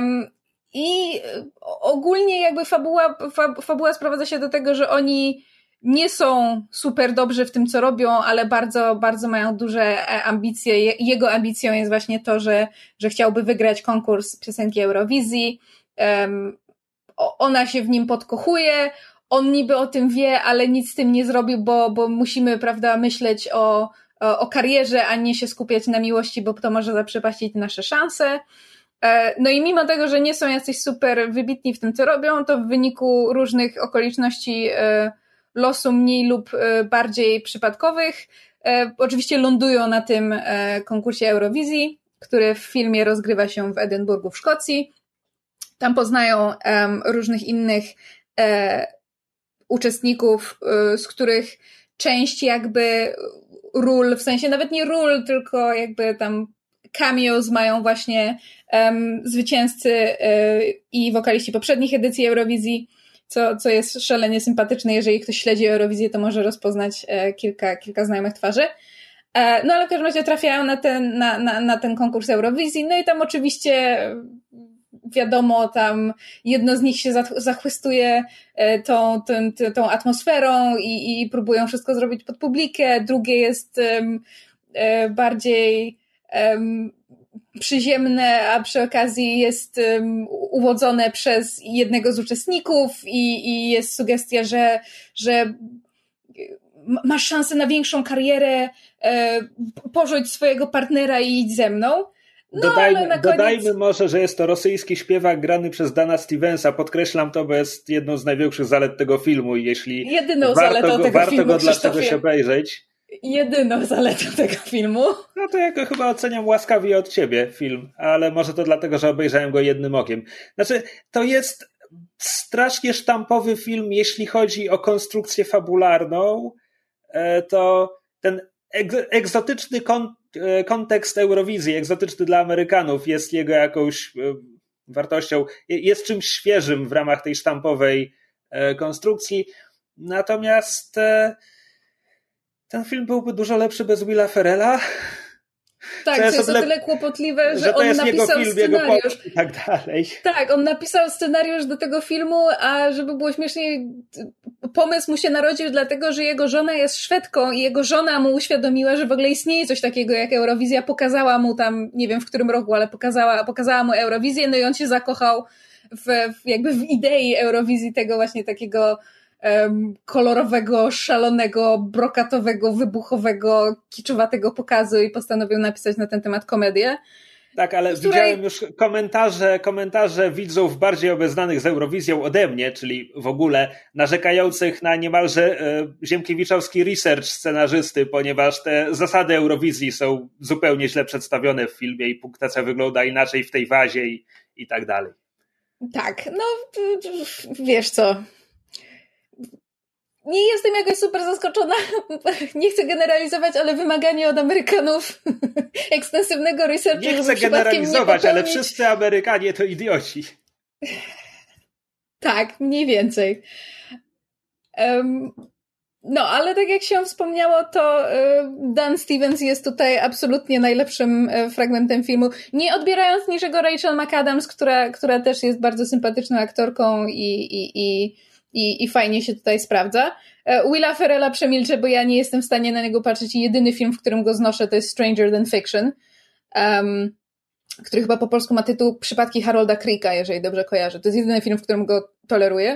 I ogólnie jakby fabuła sprowadza się do tego, że oni nie są super dobrzy w tym, co robią, ale bardzo, bardzo mają duże ambicje. Jego ambicją jest właśnie to, że chciałby wygrać konkurs piosenki Eurowizji. Ona się w nim podkochuje. On niby o tym wie, ale nic z tym nie zrobił, bo musimy, prawda, myśleć o karierze, a nie się skupiać na miłości, bo to może zaprzepaścić nasze szanse. No i mimo tego, że nie są jacyś super wybitni w tym, co robią, to w wyniku różnych okoliczności losu mniej lub bardziej przypadkowych oczywiście lądują na tym konkursie Eurowizji, który w filmie rozgrywa się w Edynburgu w Szkocji. Tam poznają różnych innych uczestników, z których część jakby ról, w sensie nawet nie ról, tylko jakby tam cameos mają właśnie zwycięzcy i wokaliści poprzednich edycji Eurowizji, co jest szalenie sympatyczne. Jeżeli ktoś śledzi Eurowizję, to może rozpoznać kilka znajomych twarzy. No ale w każdym razie trafiają na ten konkurs Eurowizji, no i tam oczywiście wiadomo, tam jedno z nich się zachwystuje tą atmosferą i próbują wszystko zrobić pod publikę, drugie jest bardziej przyziemne, a przy okazji jest uwodzone przez jednego z uczestników i jest sugestia, że masz szansę na większą karierę, porzuć swojego partnera i idź ze mną. No, dodajmy może, że jest to rosyjski śpiewak grany przez Dana Stevensa. Podkreślam to, bo jest jedną z największych zalet tego filmu i jeśli warto go dla czegoś obejrzeć. Jedyną zaletą tego filmu. No to ja go chyba oceniam łaskawie od ciebie film, ale może to dlatego, że obejrzałem go jednym okiem. Znaczy, to jest strasznie sztampowy film, jeśli chodzi o konstrukcję fabularną, to ten egzotyczny kontekst Eurowizji, egzotyczny dla Amerykanów, jest jego jakąś wartością, jest czymś świeżym w ramach tej sztampowej konstrukcji. Natomiast ten film byłby dużo lepszy bez Willa Ferrella. Tak, to jest o tyle kłopotliwe, że on napisał film, scenariusz. I tak dalej. Tak, on napisał scenariusz do tego filmu, a żeby było śmieszniej, pomysł mu się narodził dlatego, że jego żona jest Szwedką i jego żona mu uświadomiła, że w ogóle istnieje coś takiego jak Eurowizja, pokazała mu tam, nie wiem w którym roku, ale pokazała mu Eurowizję, no i on się zakochał w idei Eurowizji, tego właśnie takiego kolorowego, szalonego, brokatowego, wybuchowego, kiczowatego pokazu i postanowił napisać na ten temat komedię. Tak, ale widziałem już komentarze widzów bardziej obeznanych z Eurowizją ode mnie, czyli w ogóle narzekających na niemalże ziemkiewiczowski research scenarzysty, ponieważ te zasady Eurowizji są zupełnie źle przedstawione w filmie i punktacja wygląda inaczej w tej wazie i tak dalej. Tak, no wiesz co... Nie jestem jakoś super zaskoczona, nie chcę generalizować, ale wymaganie od Amerykanów ekstensywnego researchu... Nie chcę generalizować, ale wszyscy Amerykanie to idioci. Tak, mniej więcej. No, ale tak jak się wspomniało, to Dan Stevens jest tutaj absolutnie najlepszym fragmentem filmu. Nie odbierając niczego Rachel McAdams, która też jest bardzo sympatyczną aktorką i fajnie się tutaj sprawdza. Willa Ferrella przemilczę, bo ja nie jestem w stanie na niego patrzeć i jedyny film, w którym go znoszę, to jest Stranger Than Fiction, który chyba po polsku ma tytuł Przypadki Harolda Creeka, jeżeli dobrze kojarzę. To jest jedyny film, w którym go toleruję.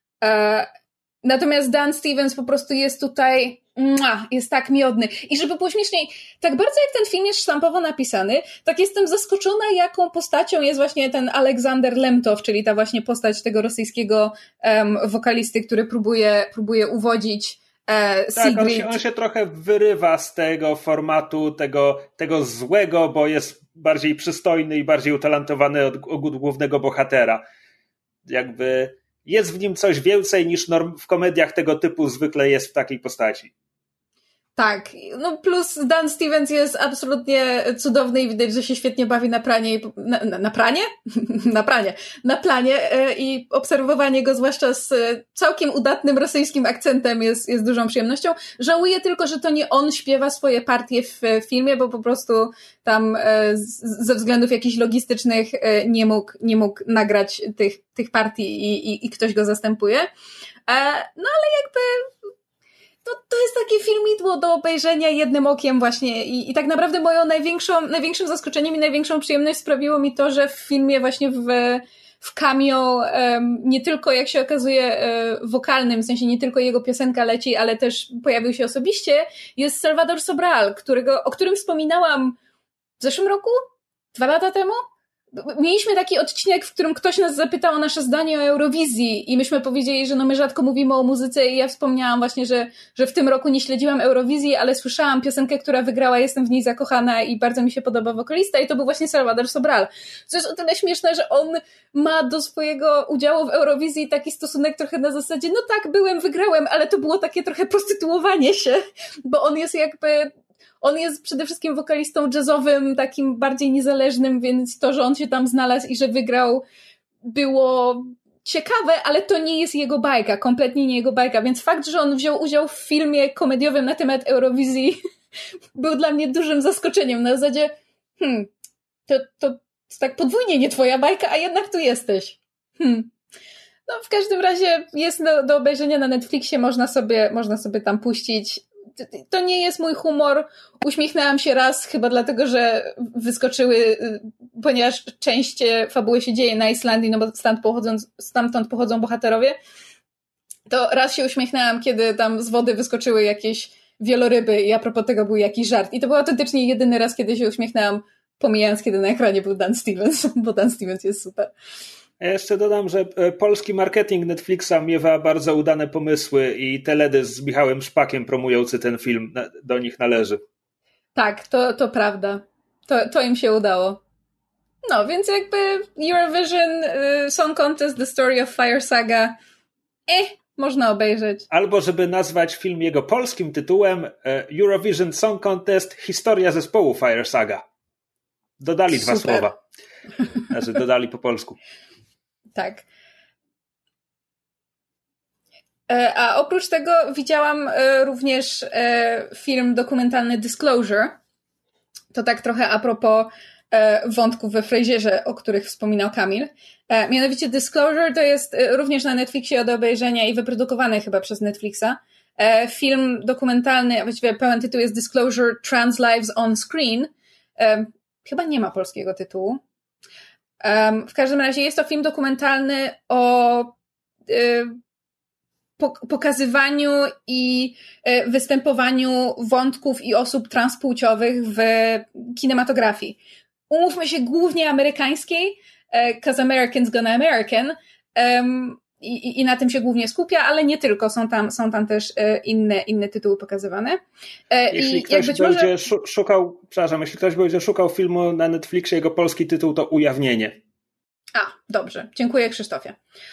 Natomiast Dan Stevens po prostu jest tutaj, jest tak miodny. I żeby było śmieszniej, tak bardzo jak ten film jest sztampowo napisany, tak jestem zaskoczona, jaką postacią jest właśnie ten Aleksander Lemtow, czyli ta właśnie postać tego rosyjskiego wokalisty, który próbuje uwodzić Sigrid. Tak, on się trochę wyrywa z tego formatu, tego złego, bo jest bardziej przystojny i bardziej utalentowany od głównego bohatera. Jakby jest w nim coś więcej niż w komediach tego typu zwykle jest w takiej postaci. Tak, no plus Dan Stevens jest absolutnie cudowny i widać, że się świetnie bawi na pranie. Na pranie? Na planie i obserwowanie go zwłaszcza z całkiem udatnym rosyjskim akcentem jest dużą przyjemnością. Żałuję tylko, że to nie on śpiewa swoje partie w filmie, bo po prostu tam ze względów jakichś logistycznych nie mógł nagrać tych partii i ktoś go zastępuje. No ale jakby to jest takie filmidło do obejrzenia jednym okiem właśnie i tak naprawdę moją największym zaskoczeniem i największą przyjemność sprawiło mi to, że w filmie właśnie w cameo nie tylko jak się okazuje wokalnym, w sensie nie tylko jego piosenka leci, ale też pojawił się osobiście, jest Salvador Sobral, o którym wspominałam w zeszłym roku? 2 lata temu? Mieliśmy taki odcinek, w którym ktoś nas zapytał o nasze zdanie o Eurowizji i myśmy powiedzieli, że no my rzadko mówimy o muzyce i ja wspomniałam właśnie, że w tym roku nie śledziłam Eurowizji, ale słyszałam piosenkę, która wygrała, jestem w niej zakochana i bardzo mi się podoba wokalista i to był właśnie Salvador Sobral. Co jest o tyle śmieszne, że on ma do swojego udziału w Eurowizji taki stosunek trochę na zasadzie, no tak, wygrałem, ale to było takie trochę prostytuowanie się, bo on jest przede wszystkim wokalistą jazzowym, takim bardziej niezależnym, więc to, że on się tam znalazł i że wygrał, było ciekawe, ale to nie jest jego bajka, kompletnie nie jego bajka, więc fakt, że on wziął udział w filmie komediowym na temat Eurowizji był dla mnie dużym zaskoczeniem. Na zasadzie, to tak podwójnie nie twoja bajka, a jednak tu jesteś. No w każdym razie jest do obejrzenia na Netflixie, można sobie tam puścić. To nie jest mój humor. Uśmiechnęłam się raz, chyba dlatego, że wyskoczyły, ponieważ część fabuły się dzieje na Islandii, no bo stamtąd pochodzą bohaterowie. To raz się uśmiechnęłam, kiedy tam z wody wyskoczyły jakieś wieloryby i a propos tego był jakiś żart. I to był autentycznie jedyny raz, kiedy się uśmiechnęłam, pomijając, kiedy na ekranie był Dan Stevens, bo Dan Stevens jest super. Ja jeszcze dodam, że polski marketing Netflixa miewa bardzo udane pomysły i teledysk z Michałem Szpakiem promujący ten film do nich należy. Tak, to prawda. To im się udało. No, więc jakby Eurovision Song Contest, The Story of Fire Saga można obejrzeć. Albo żeby nazwać film jego polskim tytułem Eurovision Song Contest, Historia zespołu Fire Saga. Dodali Super. 2 słowa. Znaczy dodali po polsku. Tak. A oprócz tego widziałam również film dokumentalny Disclosure. To tak trochę a propos wątków we Frasierze, o których wspominał Kamil. Mianowicie Disclosure to jest również na Netflixie do obejrzenia i wyprodukowany chyba przez Netflixa. Film dokumentalny, a właściwie pełen tytuł jest Disclosure Trans Lives on Screen. Chyba nie ma polskiego tytułu. W każdym razie jest to film dokumentalny o pokazywaniu i występowaniu wątków i osób transpłciowych w kinematografii. Umówmy się, głównie amerykańskiej, 'cause Americans gonna American, i na tym się głównie skupia, ale nie tylko, są tam też inne tytuły pokazywane. Jeśli ktoś będzie szukał, przepraszam, jeśli ktoś będzie szukał filmu na Netflixie, jego polski tytuł to Ujawnienie. A, dobrze, dziękuję Krzysztofie.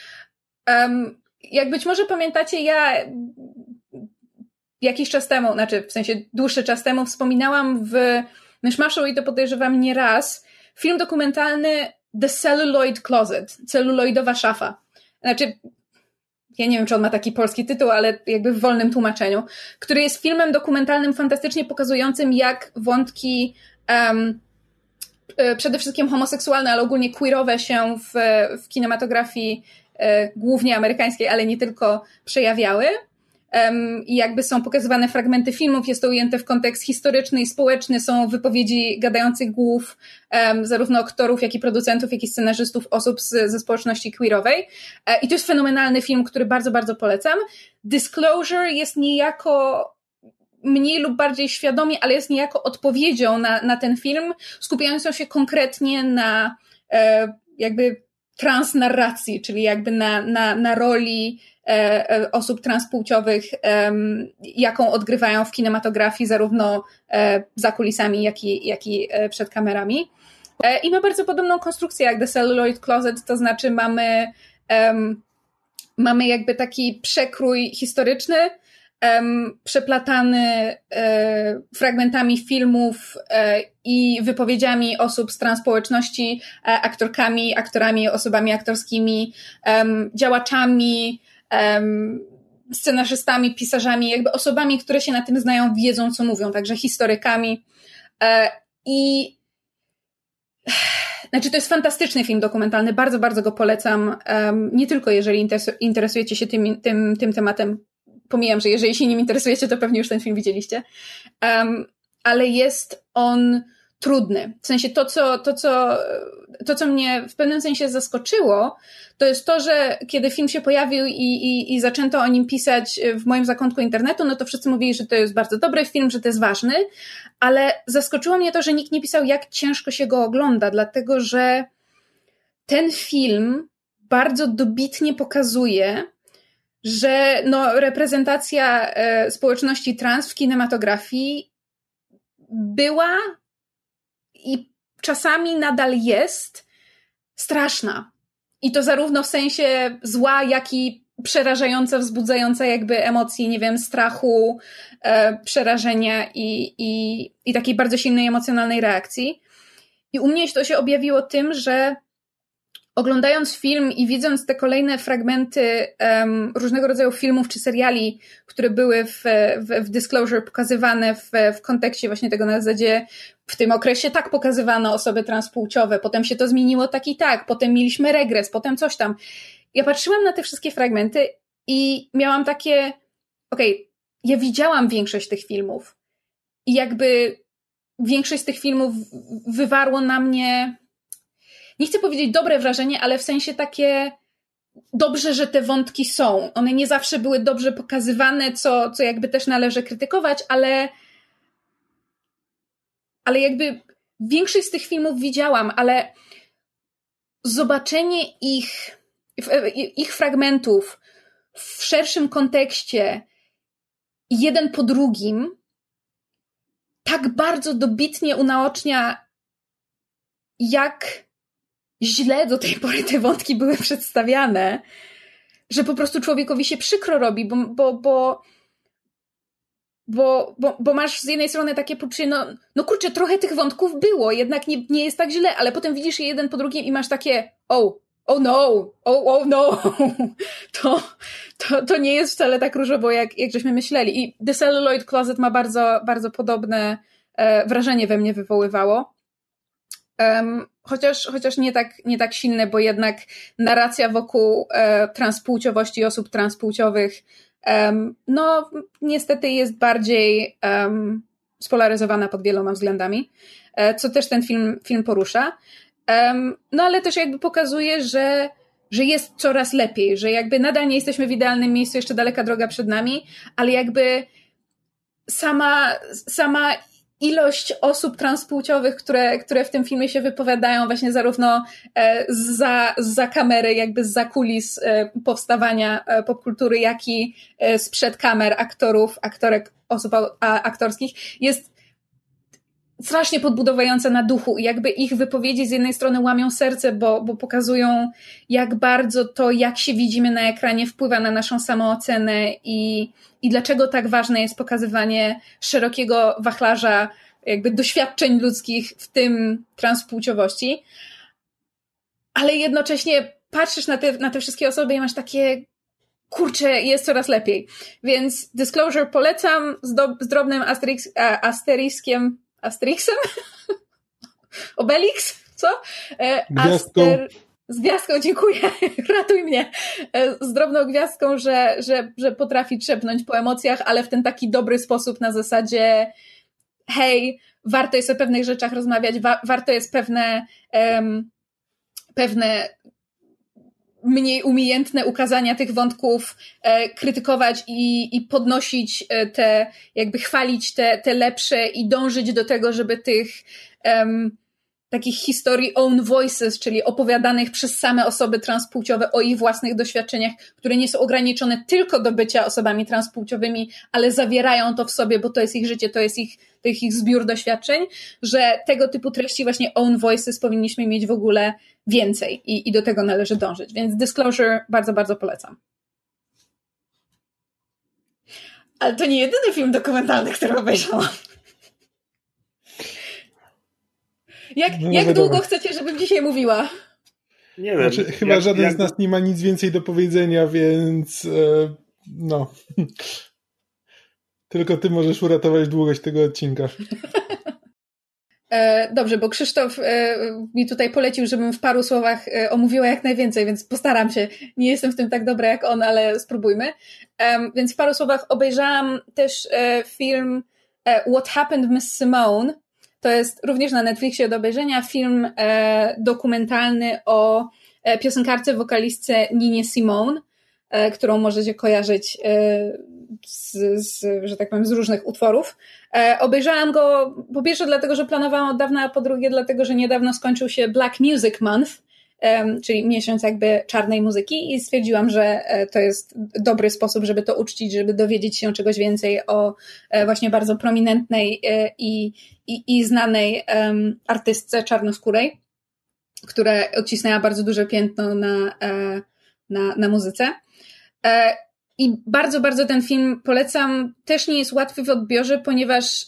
Jak być może pamiętacie, ja jakiś czas temu, znaczy w sensie dłuższy czas temu wspominałam w Myszmaszu i to podejrzewam nie raz, film dokumentalny The Celluloid Closet, celuloidowa szafa. Znaczy, ja nie wiem, czy on ma taki polski tytuł, ale jakby w wolnym tłumaczeniu, który jest filmem dokumentalnym fantastycznie pokazującym, jak wątki przede wszystkim homoseksualne, ale ogólnie queerowe się w kinematografii głównie amerykańskiej, ale nie tylko, przejawiały. I jakby są pokazywane fragmenty filmów, jest to ujęte w kontekst historyczny i społeczny, są wypowiedzi gadających głów zarówno aktorów, jak i producentów, jak i scenarzystów, osób ze społeczności queerowej. I to jest fenomenalny film, który bardzo, bardzo polecam. Disclosure jest niejako mniej lub bardziej świadomie, ale jest niejako odpowiedzią na ten film, skupiającą się konkretnie na jakby transnarracji, czyli jakby na roli osób transpłciowych, jaką odgrywają w kinematografii, zarówno za kulisami, jak i przed kamerami. I ma bardzo podobną konstrukcję jak The Celluloid Closet, to znaczy mamy jakby taki przekrój historyczny, przeplatany fragmentami filmów i wypowiedziami osób z transspołeczności, aktorami, osobami aktorskimi, działaczami, scenarzystami, pisarzami, jakby osobami, które się na tym znają, wiedzą, co mówią, także historykami. I znaczy to jest fantastyczny film dokumentalny, bardzo, bardzo go polecam, nie tylko jeżeli interesujecie się tym tematem. Pomijam, że jeżeli się nim interesujecie, to pewnie już ten film widzieliście. Ale jest on trudny. W sensie to, co mnie w pewnym sensie zaskoczyło, to jest to, że kiedy film się pojawił i zaczęto o nim pisać w moim zakątku internetu, no to wszyscy mówili, że to jest bardzo dobry film, że to jest ważny, ale zaskoczyło mnie to, że nikt nie pisał, jak ciężko się go ogląda, dlatego że ten film bardzo dobitnie pokazuje, że reprezentacja społeczności trans w kinematografii była i czasami nadal jest straszna. I to zarówno w sensie zła, jak i przerażająca, wzbudzająca jakby emocji, nie wiem, strachu, przerażenia i takiej bardzo silnej emocjonalnej reakcji. I u mnie to się objawiło tym, że oglądając film i widząc te kolejne fragmenty różnego rodzaju filmów czy seriali, które były w Disclosure pokazywane w kontekście właśnie tego na zasadzie w tym okresie tak pokazywano osoby transpłciowe, potem się to zmieniło tak i tak, potem mieliśmy regres, potem coś tam. Ja patrzyłam na te wszystkie fragmenty i miałam takie, ja widziałam większość tych filmów i jakby większość z tych filmów wywarło na mnie, nie chcę powiedzieć dobre wrażenie, ale w sensie takie dobrze, że te wątki są. One nie zawsze były dobrze pokazywane, co jakby też należy krytykować, ale jakby większość z tych filmów widziałam, ale zobaczenie ich fragmentów w szerszym kontekście, jeden po drugim, tak bardzo dobitnie unaocznia, jak źle do tej pory te wątki były przedstawiane, że po prostu człowiekowi się przykro robi, bo masz z jednej strony takie poczucie, no kurczę, trochę tych wątków było, jednak nie jest tak źle, ale potem widzisz je jeden po drugim i masz takie oh no, to nie jest wcale tak różowo, jak żeśmy myśleli. I The Celluloid Closet ma bardzo, bardzo podobne wrażenie we mnie wywoływało. Chociaż nie tak silne, bo jednak narracja wokół transpłciowości osób transpłciowych niestety jest bardziej spolaryzowana pod wieloma względami, co też ten film porusza. Ale też jakby pokazuje, że że jest coraz lepiej, że jakby nadal nie jesteśmy w idealnym miejscu, jeszcze daleka droga przed nami, ale jakby sama ilość osób transpłciowych, które w tym filmie się wypowiadają właśnie zarówno za kamery, jakby zza kulis powstawania popkultury, jak i sprzed kamer aktorów, aktorek, osób aktorskich, jest strasznie podbudowujące na duchu i jakby ich wypowiedzi z jednej strony łamią serce, bo pokazują, jak bardzo to, jak się widzimy na ekranie, wpływa na naszą samoocenę i dlaczego tak ważne jest pokazywanie szerokiego wachlarza jakby doświadczeń ludzkich, w tym transpłciowości. Ale jednocześnie patrzysz na te wszystkie osoby i masz takie, kurczę, jest coraz lepiej. Więc Disclosure polecam z drobnym asterixem? Obelix? Co? Gwiazdką. Z gwiazdką, dziękuję, ratuj mnie. Z drobną gwiazdką, że potrafi trzepnąć po emocjach, ale w ten taki dobry sposób na zasadzie hej, warto jest o pewnych rzeczach rozmawiać, warto jest pewne mniej umiejętne ukazania tych wątków krytykować i podnosić jakby chwalić te lepsze i dążyć do tego, żeby tych takich historii own voices, czyli opowiadanych przez same osoby transpłciowe o ich własnych doświadczeniach, które nie są ograniczone tylko do bycia osobami transpłciowymi, ale zawierają to w sobie, bo to jest ich życie, to jest ich zbiór doświadczeń, że tego typu treści właśnie own voices powinniśmy mieć w ogóle więcej i do tego należy dążyć. Więc Disclosure bardzo, bardzo polecam. Ale to nie jedyny film dokumentalny, który obejrzałam. Jak długo chcecie, żebym dzisiaj mówiła? Nie wiem. Znaczy, chyba żaden z nas nie ma nic więcej do powiedzenia, więc no. Tylko ty możesz uratować długość tego odcinka. Dobrze, bo Krzysztof mi tutaj polecił, żebym w paru słowach omówiła jak najwięcej, więc postaram się. Nie jestem w tym tak dobra jak on, ale spróbujmy. Więc w paru słowach obejrzałam też film What Happened Miss Simone. To jest również na Netflixie do obejrzenia film dokumentalny o piosenkarce, wokalistce Ninie Simone, którą możecie kojarzyć że tak powiem, z różnych utworów. Obejrzałam go po pierwsze dlatego, że planowałam od dawna, a po drugie dlatego, że niedawno skończył się Black Music Month, czyli miesiąc jakby czarnej muzyki i stwierdziłam, że to jest dobry sposób, żeby to uczcić, żeby dowiedzieć się czegoś więcej o właśnie bardzo prominentnej i znanej artystce czarnoskórej, która odcisnęła bardzo duże piętno na muzyce. I bardzo, bardzo ten film polecam. Też nie jest łatwy w odbiorze, ponieważ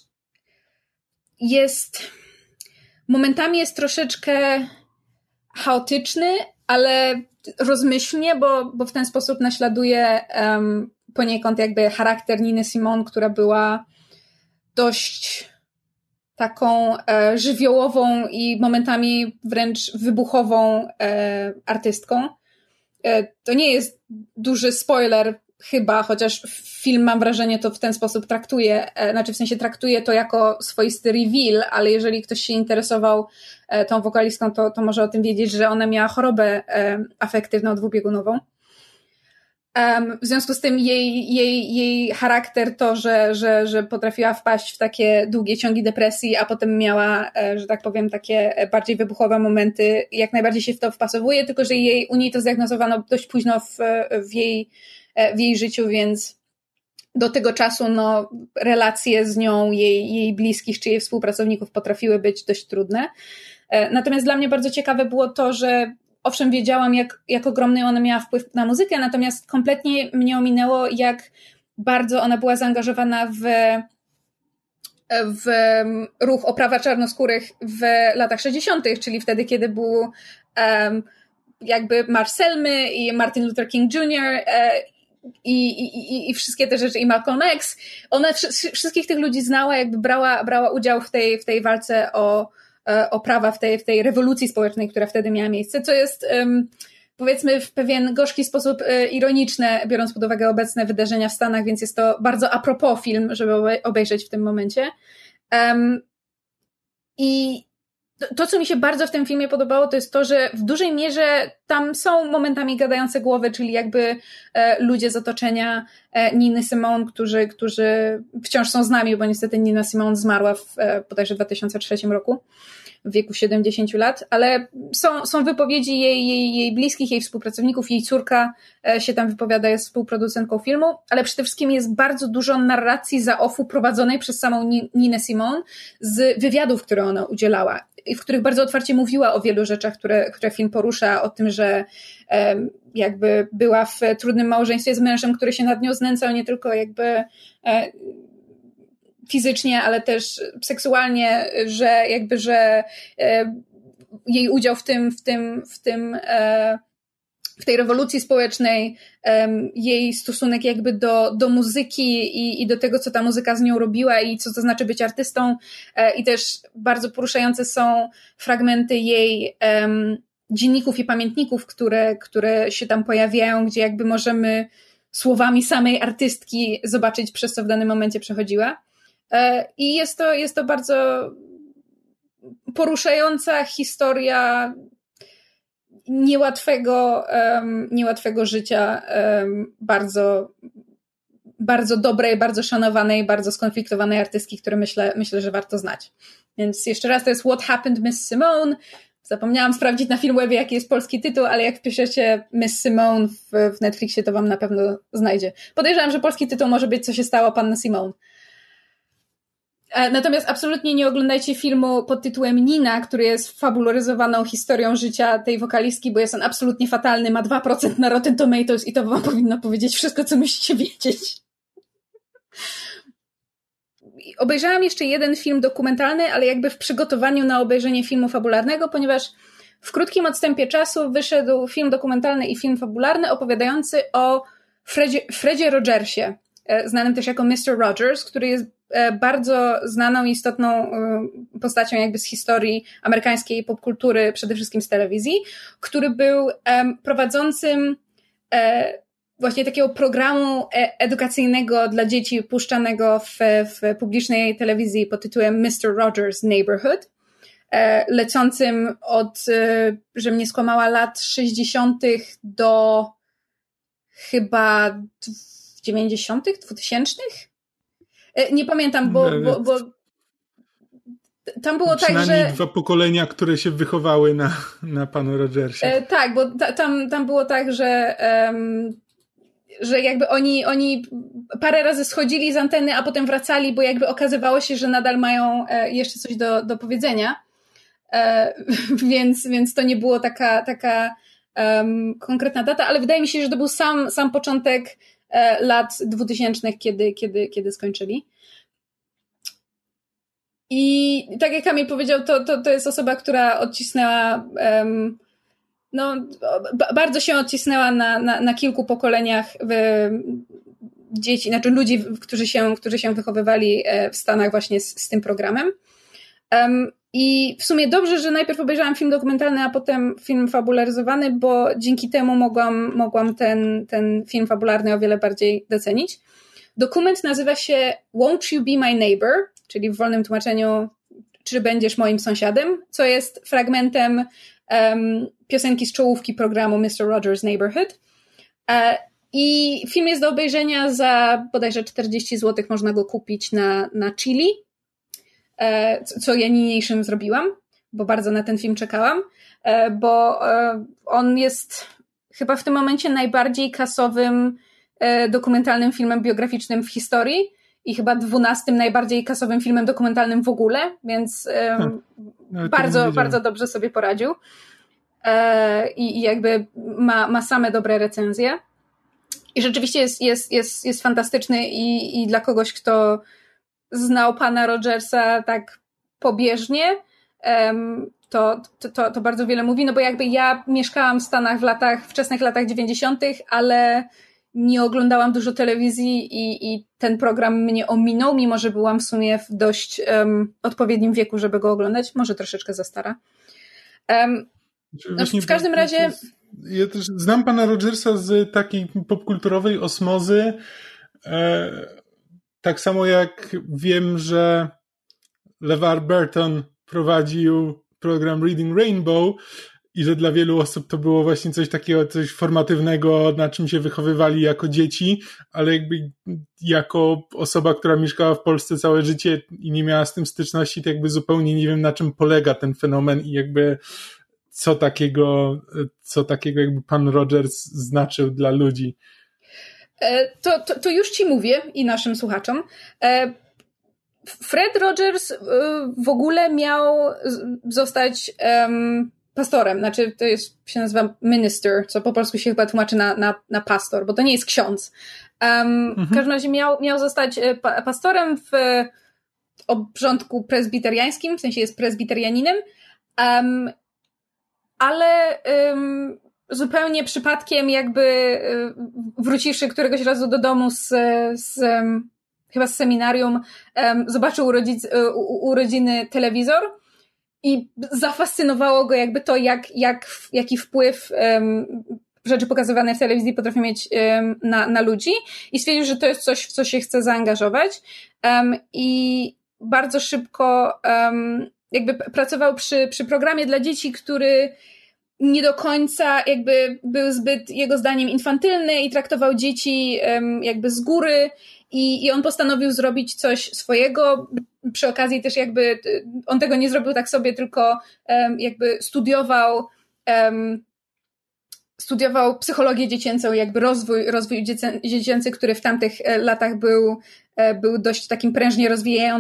momentami jest troszeczkę chaotyczny, ale rozmyślnie, bo w ten sposób naśladuje poniekąd jakby charakter Niny Simone, która była dość taką żywiołową i momentami wręcz wybuchową artystką. To nie jest duży spoiler chyba, chociaż film, mam wrażenie, to w ten sposób traktuje, znaczy w sensie traktuje to jako swoisty reveal, ale jeżeli ktoś się interesował tą wokalistką, to może o tym wiedzieć, że ona miała chorobę afektywną dwubiegunową. W związku z tym jej charakter to, że potrafiła wpaść w takie długie ciągi depresji, a potem miała, że tak powiem, takie bardziej wybuchowe momenty, jak najbardziej się w to wpasowuje, tylko że u niej to zdiagnozowano dość późno w jej życiu, więc do tego czasu relacje z nią, jej bliskich czy jej współpracowników potrafiły być dość trudne. Natomiast dla mnie bardzo ciekawe było to, że owszem, wiedziałam, jak ogromny ona miała wpływ na muzykę, natomiast kompletnie mnie ominęło, jak bardzo ona była zaangażowana w ruch o prawa czarnoskórych w latach 60., czyli wtedy, kiedy był jakby Marsz Selmy i Martin Luther King Jr., i wszystkie te rzeczy, i Malcolm X. Ona wszystkich tych ludzi znała, jakby brała udział w tej walce o prawa, w tej rewolucji społecznej, która wtedy miała miejsce, co jest powiedzmy w pewien gorzki sposób ironiczne, biorąc pod uwagę obecne wydarzenia w Stanach, więc jest to bardzo a propos film, żeby obejrzeć w tym momencie. I To, co mi się bardzo w tym filmie podobało, to jest to, że w dużej mierze tam są momentami gadające głowy, czyli jakby ludzie z otoczenia Niny Simone, którzy wciąż są z nami, bo niestety Nina Simone zmarła w bodajże 2003 roku, w wieku 70 lat, ale są wypowiedzi jej bliskich, jej współpracowników, jej córka się tam wypowiada, jest współproducentką filmu, ale przede wszystkim jest bardzo dużo narracji za-offu prowadzonej przez samą Ninę Simone z wywiadów, które ona udzielała i w których bardzo otwarcie mówiła o wielu rzeczach, które film porusza, o tym, że jakby była w trudnym małżeństwie z mężem, który się nad nią znęcał, nie tylko jakby fizycznie, ale też seksualnie, że jej udział w tej rewolucji społecznej, jej stosunek jakby do muzyki i do tego, co ta muzyka z nią robiła i co to znaczy być artystą, i też bardzo poruszające są fragmenty jej dzienników i pamiętników, które się tam pojawiają, gdzie jakby możemy słowami samej artystki zobaczyć, przez co w danym momencie przechodziła. I jest to bardzo poruszająca historia niełatwego życia, bardzo, bardzo dobrej, bardzo szanowanej, bardzo skonfliktowanej artystki, które myślę, że warto znać. Więc jeszcze raz, to jest What Happened Miss Simone. Zapomniałam sprawdzić na Filmwebie, jaki jest polski tytuł, ale jak wpiszecie Miss Simone w Netflixie, to wam na pewno znajdzie. Podejrzewam, że polski tytuł może być Co się stało Panna Simone. Natomiast absolutnie nie oglądajcie filmu pod tytułem Nina, który jest fabularyzowaną historią życia tej wokalistki, bo jest on absolutnie fatalny, ma 2% na Rotten Tomatoes i to wam powinno powiedzieć wszystko, co musicie wiedzieć. Obejrzałam jeszcze jeden film dokumentalny, ale jakby w przygotowaniu na obejrzenie filmu fabularnego, ponieważ w krótkim odstępie czasu wyszedł film dokumentalny i film fabularny opowiadający o Fredzie Rogersie, znanym też jako Mr. Rogers, który jest bardzo znaną i istotną postacią jakby z historii amerykańskiej popkultury, przede wszystkim z telewizji, który był prowadzącym właśnie takiego programu edukacyjnego dla dzieci puszczanego w publicznej telewizji pod tytułem Mr. Rogers' Neighborhood, lecącym od, żebym nie skłamała, lat 60. do chyba 90., 2000. Nie pamiętam, bo tam było tak, że... Przynajmniej 2 pokolenia, które się wychowały na panu Rogersie. Tak, bo tam było tak, że jakby oni parę razy schodzili z anteny, a potem wracali, bo jakby okazywało się, że nadal mają jeszcze coś do powiedzenia. Więc to nie było taka konkretna data, ale wydaje mi się, że to był sam początek lat 2000, kiedy skończyli. I tak jak Kamil powiedział, to jest osoba, która odcisnęła bardzo się odcisnęła na kilku pokoleniach dzieci, znaczy ludzi, którzy się wychowywali w Stanach właśnie z tym programem. I w sumie dobrze, że najpierw obejrzałam film dokumentalny, a potem film fabularyzowany, bo dzięki temu mogłam ten film fabularny o wiele bardziej docenić. Dokument nazywa się Won't You Be My Neighbor, czyli w wolnym tłumaczeniu Czy będziesz moim sąsiadem, co jest fragmentem piosenki z czołówki programu Mr. Rogers' Neighborhood. I film jest do obejrzenia za bodajże 40 zł, można go kupić na Chili, co ja niniejszym zrobiłam, bo bardzo na ten film czekałam, bo on jest chyba w tym momencie najbardziej kasowym dokumentalnym filmem biograficznym w historii i chyba 12 najbardziej kasowym filmem dokumentalnym w ogóle, więc bardzo dobrze sobie poradził. I jakby ma same dobre recenzje. I rzeczywiście jest fantastyczny i dla kogoś, kto znał pana Rogersa tak pobieżnie, to bardzo wiele mówi, no bo jakby ja mieszkałam w Stanach w wczesnych latach 90., ale nie oglądałam dużo telewizji i ten program mnie ominął, mimo że byłam w sumie w dość odpowiednim wieku, żeby go oglądać, może troszeczkę za stara. W każdym razie... Ja też znam pana Rogersa z takiej popkulturowej osmozy, tak samo jak wiem, że LeVar Burton prowadził program Reading Rainbow i że dla wielu osób to było właśnie coś takiego, coś formatywnego, na czym się wychowywali jako dzieci, ale jakby jako osoba, która mieszkała w Polsce całe życie i nie miała z tym styczności, to jakby zupełnie nie wiem, na czym polega ten fenomen i jakby co takiego jakby pan Rogers znaczył dla ludzi. To już ci mówię i naszym słuchaczom. Fred Rogers w ogóle miał zostać pastorem, znaczy to się nazywa minister, co po polsku się chyba tłumaczy na pastor, bo to nie jest ksiądz. W każdym razie miał zostać pastorem w obrządku prezbiteriańskim, w sensie jest prezbiterianinem, ale zupełnie przypadkiem jakby wróciwszy któregoś razu do domu chyba z seminarium, zobaczył u rodziny telewizor i zafascynowało go jakby to, jaki wpływ rzeczy pokazywane w telewizji potrafią mieć na ludzi i stwierdził, że to jest coś, w co się chce zaangażować i bardzo szybko jakby pracował przy programie dla dzieci, który nie do końca jakby był zbyt jego zdaniem infantylny i traktował dzieci jakby z góry i on postanowił zrobić coś swojego. Przy okazji też jakby on tego nie zrobił tak sobie, tylko jakby studiował psychologię dziecięcą, jakby rozwój dziecięcy, który w tamtych latach był dość takim prężnie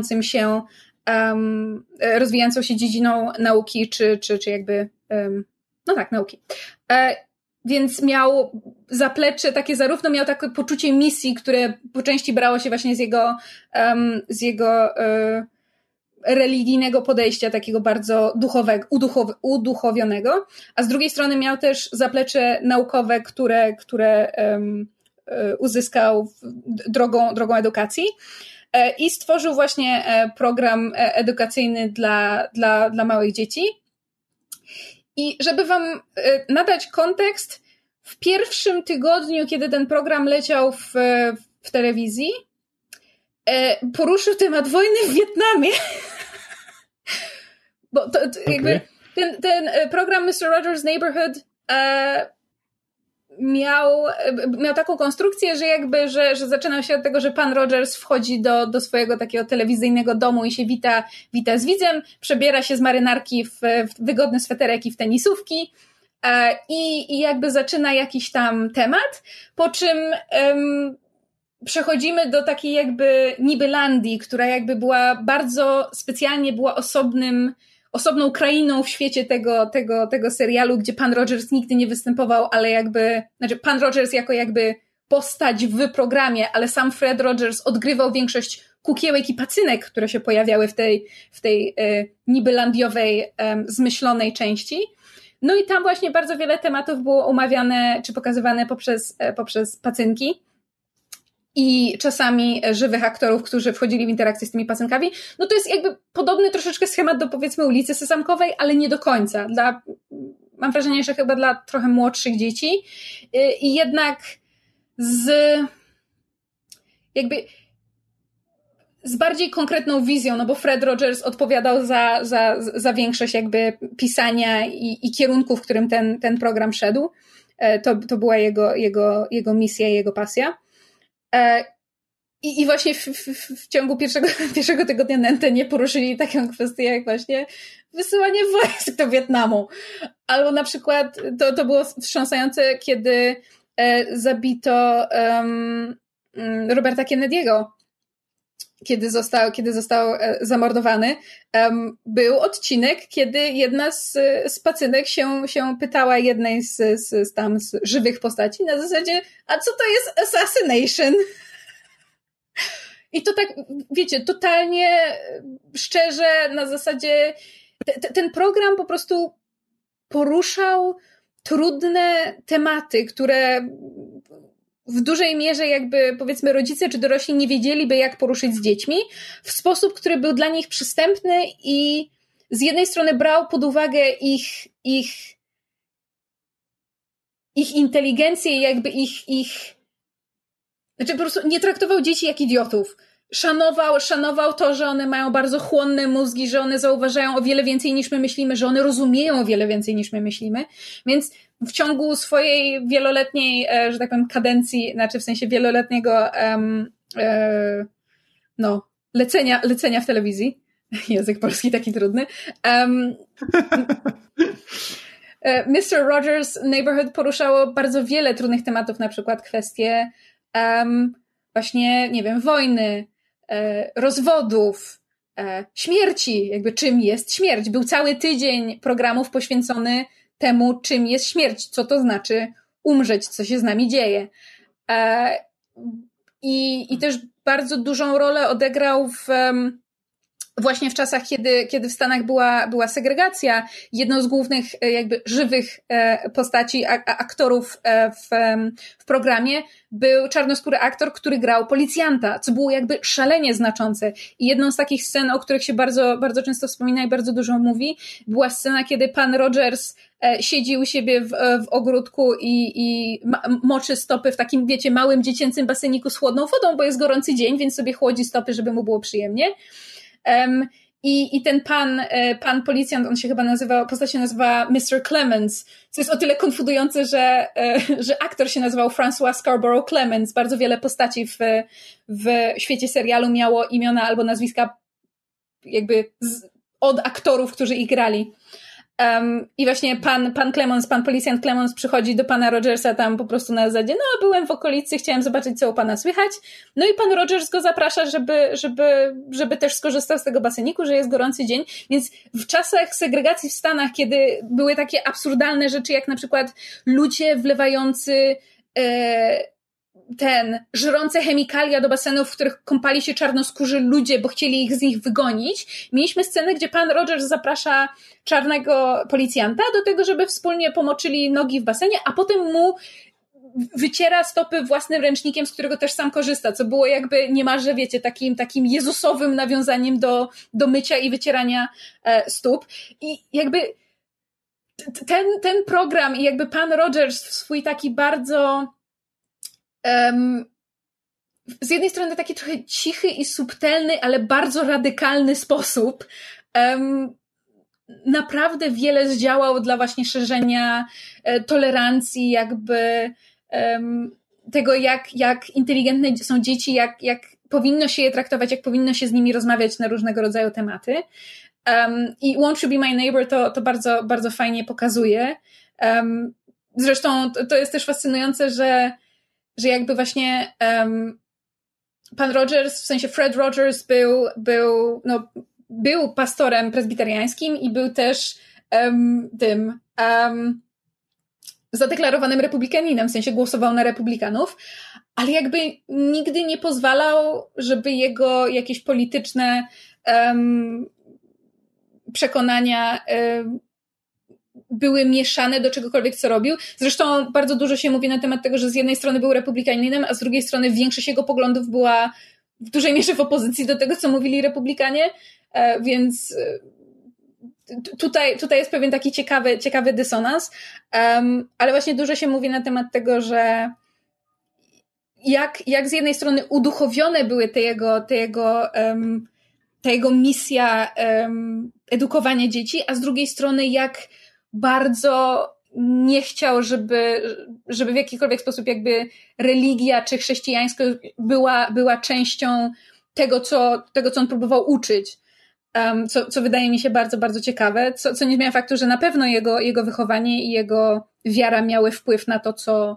rozwijającą się dziedziną nauki, czy jakby nauki. Więc miał zaplecze takie, zarówno miał takie poczucie misji, które po części brało się właśnie z jego religijnego podejścia, takiego bardzo uduchowionego, a z drugiej strony miał też zaplecze naukowe, które uzyskał drogą edukacji i stworzył właśnie program edukacyjny dla małych dzieci. I żeby wam nadać kontekst, w pierwszym tygodniu, kiedy ten program leciał w telewizji, poruszył temat wojny w Wietnamie. Bo jakby ten program Mr. Rogers' Neighborhood miał taką konstrukcję, że zaczynał się od tego, że pan Rogers wchodzi do swojego takiego telewizyjnego domu i się wita z widzem, przebiera się z marynarki w wygodny sweterek i w tenisówki i jakby zaczyna jakiś tam temat, po czym przechodzimy do takiej jakby Nibylandii, która jakby była bardzo specjalnie była osobną krainą w świecie tego serialu, gdzie pan Rogers nigdy nie występował, ale pan Rogers jako jakby postać w programie, ale sam Fred Rogers odgrywał większość kukiełek i pacynek, które się pojawiały w tej nibylandiowej, zmyślonej części. No i tam właśnie bardzo wiele tematów było omawiane czy pokazywane poprzez pacynki. I czasami żywych aktorów, którzy wchodzili w interakcję z tymi pacynkami. No to jest jakby podobny troszeczkę schemat do powiedzmy Ulicy Sesamkowej, ale nie do końca. Mam wrażenie, że chyba dla trochę młodszych dzieci. I jednak z bardziej konkretną wizją, no bo Fred Rogers odpowiadał za większość jakby pisania i kierunku, w którym ten program szedł. To była jego misja i jego pasja. I właśnie w ciągu pierwszego tygodnia na antenie poruszyli taką kwestię jak właśnie wysyłanie wojsk do Wietnamu. Albo na przykład to było wstrząsające, kiedy zabito Roberta Kennedy'ego, kiedy został zamordowany. Był odcinek, kiedy jedna z pacynek się pytała jednej z żywych postaci na zasadzie, a co to jest assassination? I to tak, wiecie, totalnie szczerze, na zasadzie ten program po prostu poruszał trudne tematy, które w dużej mierze jakby powiedzmy rodzice czy dorośli nie wiedzieliby jak poruszyć z dziećmi w sposób, który był dla nich przystępny i z jednej strony brał pod uwagę ich inteligencję i jakby znaczy po prostu nie traktował dzieci jak idiotów. szanował to, że one mają bardzo chłonne mózgi, że one zauważają o wiele więcej niż my myślimy, że one rozumieją o wiele więcej niż my myślimy, więc w ciągu swojej wieloletniej, że tak powiem, kadencji, znaczy w sensie wieloletniego lecenia w telewizji, język polski taki trudny, Mr. Rogers' Neighborhood poruszało bardzo wiele trudnych tematów, na przykład kwestie właśnie, nie wiem, wojny, rozwodów, śmierci, jakby czym jest śmierć. Był cały tydzień programów poświęcony temu, czym jest śmierć, co to znaczy umrzeć, co się z nami dzieje. I też bardzo dużą rolę odegrał właśnie w czasach, kiedy w Stanach była segregacja. Jedną z głównych jakby żywych postaci, aktorów w programie był czarnoskóry aktor, który grał policjanta, co było jakby szalenie znaczące. I jedną z takich scen, o których się bardzo, bardzo często wspomina i bardzo dużo mówi, była scena, kiedy pan Rogers siedzi u siebie w ogródku i moczy stopy w takim, wiecie, małym dziecięcym baseniku z chłodną wodą, bo jest gorący dzień, więc sobie chłodzi stopy, żeby mu było przyjemnie. I ten pan policjant, on się chyba postać się nazywa Mr. Clemens, co jest o tyle konfudujące, że aktor się nazywał Francois Scarborough Clemens. Bardzo wiele postaci w świecie serialu miało imiona albo nazwiska jakby od aktorów, którzy ich grali. I właśnie pan Clemens, pan policjant Clemens przychodzi do pana Rogersa tam po prostu na zasadzie, byłem w okolicy, chciałem zobaczyć, co u pana słychać. No i pan Rogers go zaprasza, żeby też skorzystał z tego baseniku, że jest gorący dzień. Więc w czasach segregacji w Stanach, kiedy były takie absurdalne rzeczy, jak na przykład ludzie wlewający żrące chemikalia do basenów, w których kąpali się czarnoskórzy ludzie, bo chcieli ich z nich wygonić. Mieliśmy scenę, gdzie pan Rogers zaprasza czarnego policjanta do tego, żeby wspólnie pomoczyli nogi w basenie, a potem mu wyciera stopy własnym ręcznikiem, z którego też sam korzysta, co było jakby niemalże, wiecie, takim jezusowym nawiązaniem do mycia i wycierania stóp. I jakby ten program i jakby pan Rogers w swój taki bardzo z jednej strony taki trochę cichy i subtelny, ale bardzo radykalny sposób naprawdę wiele zdziałał dla właśnie szerzenia tolerancji, jakby tego, jak inteligentne są dzieci, jak powinno się je traktować, jak powinno się z nimi rozmawiać na różnego rodzaju tematy. I Won't You Be My Neighbor to bardzo, bardzo fajnie pokazuje. Zresztą to jest też fascynujące, że jakby właśnie pan Rogers, w sensie Fred Rogers był pastorem prezbiteriańskim i był też zadeklarowanym republikaninem, w sensie głosował na republikanów, ale jakby nigdy nie pozwalał, żeby jego jakieś polityczne przekonania były mieszane do czegokolwiek, co robił. Zresztą bardzo dużo się mówi na temat tego, że z jednej strony był republikaninem, a z drugiej strony większość jego poglądów była w dużej mierze w opozycji do tego, co mówili republikanie, więc tutaj jest pewien taki ciekawy dysonans, ale właśnie dużo się mówi na temat tego, że jak z jednej strony uduchowione były ta jego misja edukowania dzieci, a z drugiej strony jak bardzo nie chciał, żeby w jakikolwiek sposób jakby religia czy chrześcijaństwo była częścią tego, co on próbował uczyć. Co wydaje mi się bardzo, bardzo ciekawe, co nie zmienia faktu, że na pewno jego wychowanie i jego wiara miały wpływ na to,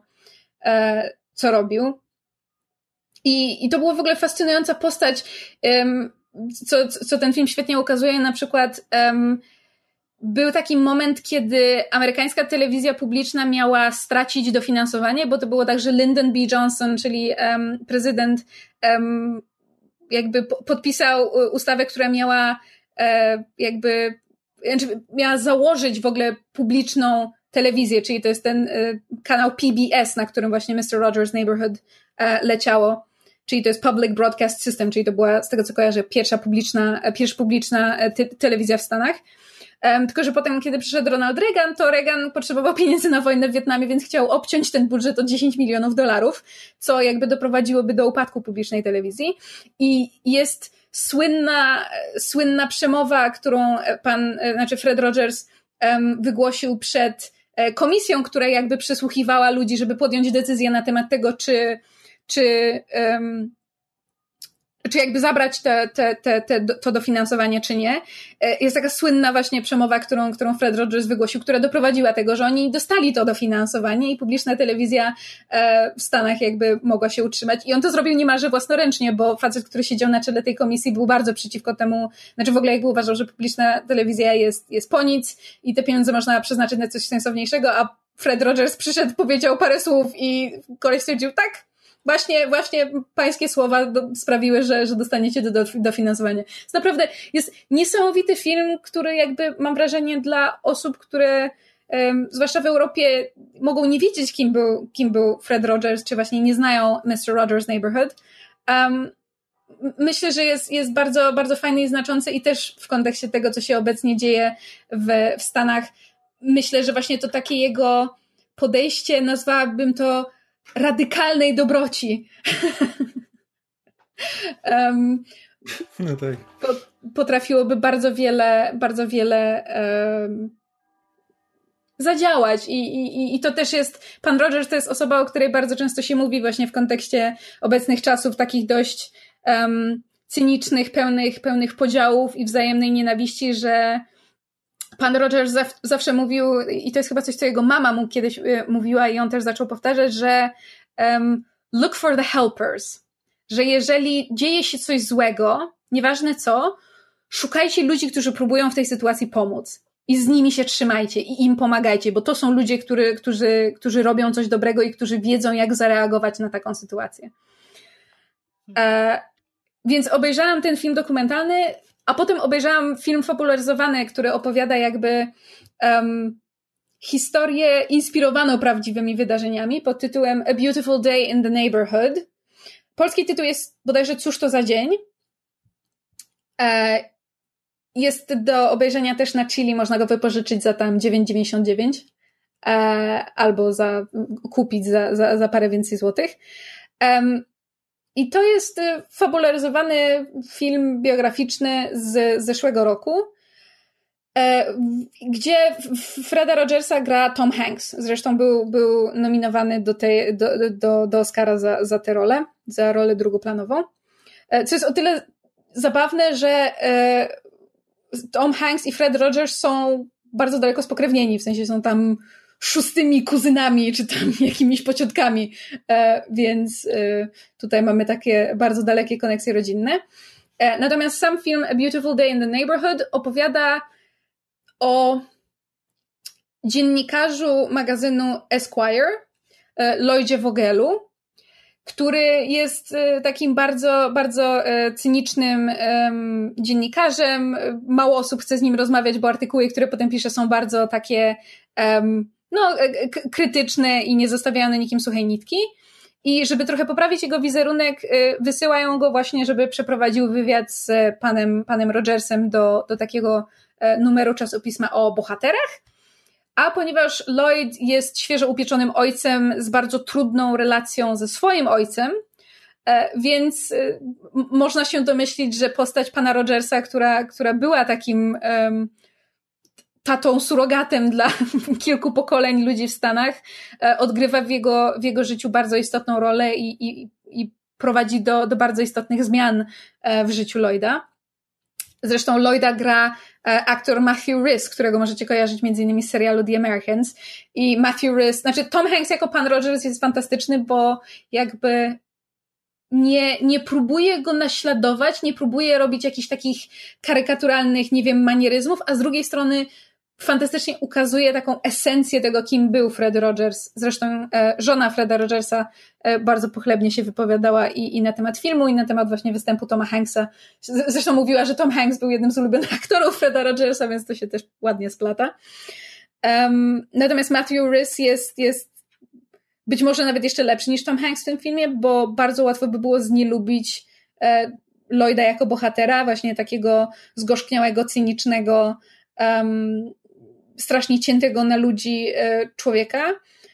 co robił. I to było w ogóle fascynująca postać, co ten film świetnie ukazuje. Na przykład był taki moment, kiedy amerykańska telewizja publiczna miała stracić dofinansowanie, bo to było tak, że Lyndon B. Johnson, czyli prezydent, jakby podpisał ustawę, która miała miała założyć w ogóle publiczną telewizję, czyli to jest ten kanał PBS, na którym właśnie Mr. Rogers' Neighborhood leciało, czyli to jest Public Broadcast System, czyli to była, z tego co kojarzę, pierwsza publiczna telewizja w Stanach. Tylko że potem, kiedy przyszedł Ronald Reagan, to Reagan potrzebował pieniędzy na wojnę w Wietnamie, więc chciał obciąć ten budżet o $10 milionów, co jakby doprowadziłoby do upadku publicznej telewizji. I jest słynna przemowa, którą Fred Rogers wygłosił przed komisją, która jakby przesłuchiwała ludzi, żeby podjąć decyzję na temat tego, czy jakby zabrać to dofinansowanie, czy nie. Jest taka słynna właśnie przemowa, którą Fred Rogers wygłosił, która doprowadziła tego, że oni dostali to dofinansowanie i publiczna telewizja w Stanach jakby mogła się utrzymać. I on to zrobił niemalże własnoręcznie, bo facet, który siedział na czele tej komisji, był bardzo przeciwko temu, w ogóle jakby uważał, że publiczna telewizja jest po nic i te pieniądze można przeznaczyć na coś sensowniejszego, a Fred Rogers przyszedł, powiedział parę słów i koleś stwierdził, tak, Właśnie pańskie słowa sprawiły, że dostaniecie dofinansowanie. To naprawdę jest niesamowity film, który jakby mam wrażenie dla osób, które zwłaszcza w Europie mogą nie wiedzieć, kim był Fred Rogers, czy właśnie nie znają Mr. Rogers' Neighborhood. Myślę, że jest bardzo, bardzo fajny i znaczący i też w kontekście tego, co się obecnie dzieje w Stanach. Myślę, że właśnie to takie jego podejście, nazwałabym to radykalnej dobroci. No tak. Potrafiłoby bardzo wiele zadziałać i to też jest, pan Rogers to jest osoba, o której bardzo często się mówi właśnie w kontekście obecnych czasów, takich dość cynicznych, pełnych podziałów i wzajemnej nienawiści, że pan Rogers zawsze mówił, i to jest chyba coś, co jego mama mu kiedyś mówiła i on też zaczął powtarzać, że look for the helpers, że jeżeli dzieje się coś złego, nieważne co, szukajcie ludzi, którzy próbują w tej sytuacji pomóc i z nimi się trzymajcie i im pomagajcie, bo to są ludzie, którzy robią coś dobrego i którzy wiedzą, jak zareagować na taką sytuację. Więc obejrzałam ten film dokumentalny, a potem obejrzałam film fabularyzowany, który opowiada jakby historię inspirowaną prawdziwymi wydarzeniami pod tytułem A Beautiful Day in the Neighborhood. Polski tytuł jest bodajże Cóż to za dzień. Jest do obejrzenia też na Chili, można go wypożyczyć za tam 9,99 albo kupić za parę więcej złotych. I to jest fabularyzowany film biograficzny z zeszłego roku, gdzie Freda Rogersa gra Tom Hanks. Zresztą był nominowany do Oscara za tę rolę, za rolę drugoplanową. Co jest o tyle zabawne, że Tom Hanks i Fred Rogers są bardzo daleko spokrewnieni, w sensie są tam szóstymi kuzynami, czy tam jakimiś pociotkami, więc tutaj mamy takie bardzo dalekie koneksje rodzinne. Natomiast sam film A Beautiful Day in the Neighborhood opowiada o dziennikarzu magazynu Esquire, Lloydzie Vogelu, który jest takim bardzo, bardzo cyniczny dziennikarzem. Mało osób chce z nim rozmawiać, bo artykuły, które potem pisze, są bardzo takie krytyczne i nie zostawiają na nikim suchej nitki. I żeby trochę poprawić jego wizerunek, wysyłają go właśnie, żeby przeprowadził wywiad z panem Rogersem do takiego numeru czasopisma o bohaterach. A ponieważ Lloyd jest świeżo upieczonym ojcem z bardzo trudną relacją ze swoim ojcem, więc można się domyślić, że postać pana Rogersa, która była takim tatą surogatem dla kilku pokoleń ludzi w Stanach, odgrywa w jego życiu bardzo istotną rolę i prowadzi do bardzo istotnych zmian w życiu Lloyda. Zresztą Lloyda gra aktor Matthew Rhys, którego możecie kojarzyć między innymi z serialu The Americans. I Matthew Rhys, Tom Hanks jako pan Rogers jest fantastyczny, bo jakby nie próbuje go naśladować, nie próbuje robić jakichś takich karykaturalnych, nie wiem, manieryzmów, a z drugiej strony fantastycznie ukazuje taką esencję tego, kim był Fred Rogers. Zresztą żona Freda Rogersa bardzo pochlebnie się wypowiadała i na temat filmu, i na temat właśnie występu Toma Hanksa. Zresztą mówiła, że Tom Hanks był jednym z ulubionych aktorów Freda Rogersa, więc to się też ładnie splata. Natomiast Matthew Rhys jest być może nawet jeszcze lepszy niż Tom Hanks w tym filmie, bo bardzo łatwo by było znielubić Lloyda jako bohatera, właśnie takiego zgorzkniałego, cynicznego, strasznie ciętego na ludzi człowieka,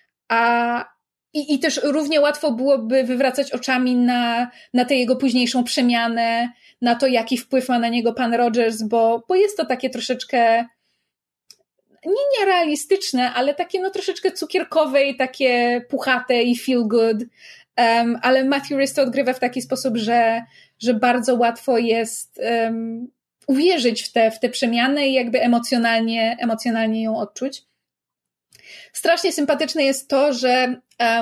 i też równie łatwo byłoby wywracać oczami na tę jego późniejszą przemianę, na to, jaki wpływ ma na niego pan Rogers, bo jest to takie troszeczkę nie nierealistyczne, ale takie no troszeczkę cukierkowe i takie puchate i feel good, ale Matthew Rhys to odgrywa w taki sposób, że bardzo łatwo jest uwierzyć w te przemiany i jakby emocjonalnie ją odczuć. Strasznie sympatyczne jest to, że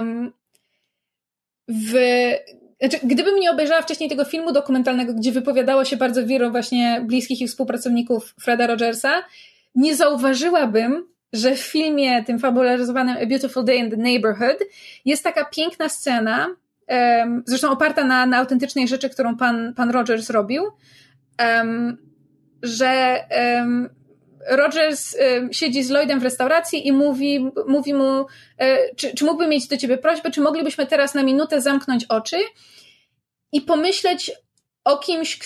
gdybym nie obejrzała wcześniej tego filmu dokumentalnego, gdzie wypowiadało się bardzo wielu właśnie bliskich i współpracowników Freda Rogersa, nie zauważyłabym, że w filmie tym fabularyzowanym A Beautiful Day in the Neighborhood jest taka piękna scena, zresztą oparta na autentycznej rzeczy, którą pan Rogers robił, że Rogers siedzi z Lloydem w restauracji i mówi mu, czy mógłbym mieć do ciebie prośbę, czy moglibyśmy teraz na minutę zamknąć oczy i pomyśleć o kimś,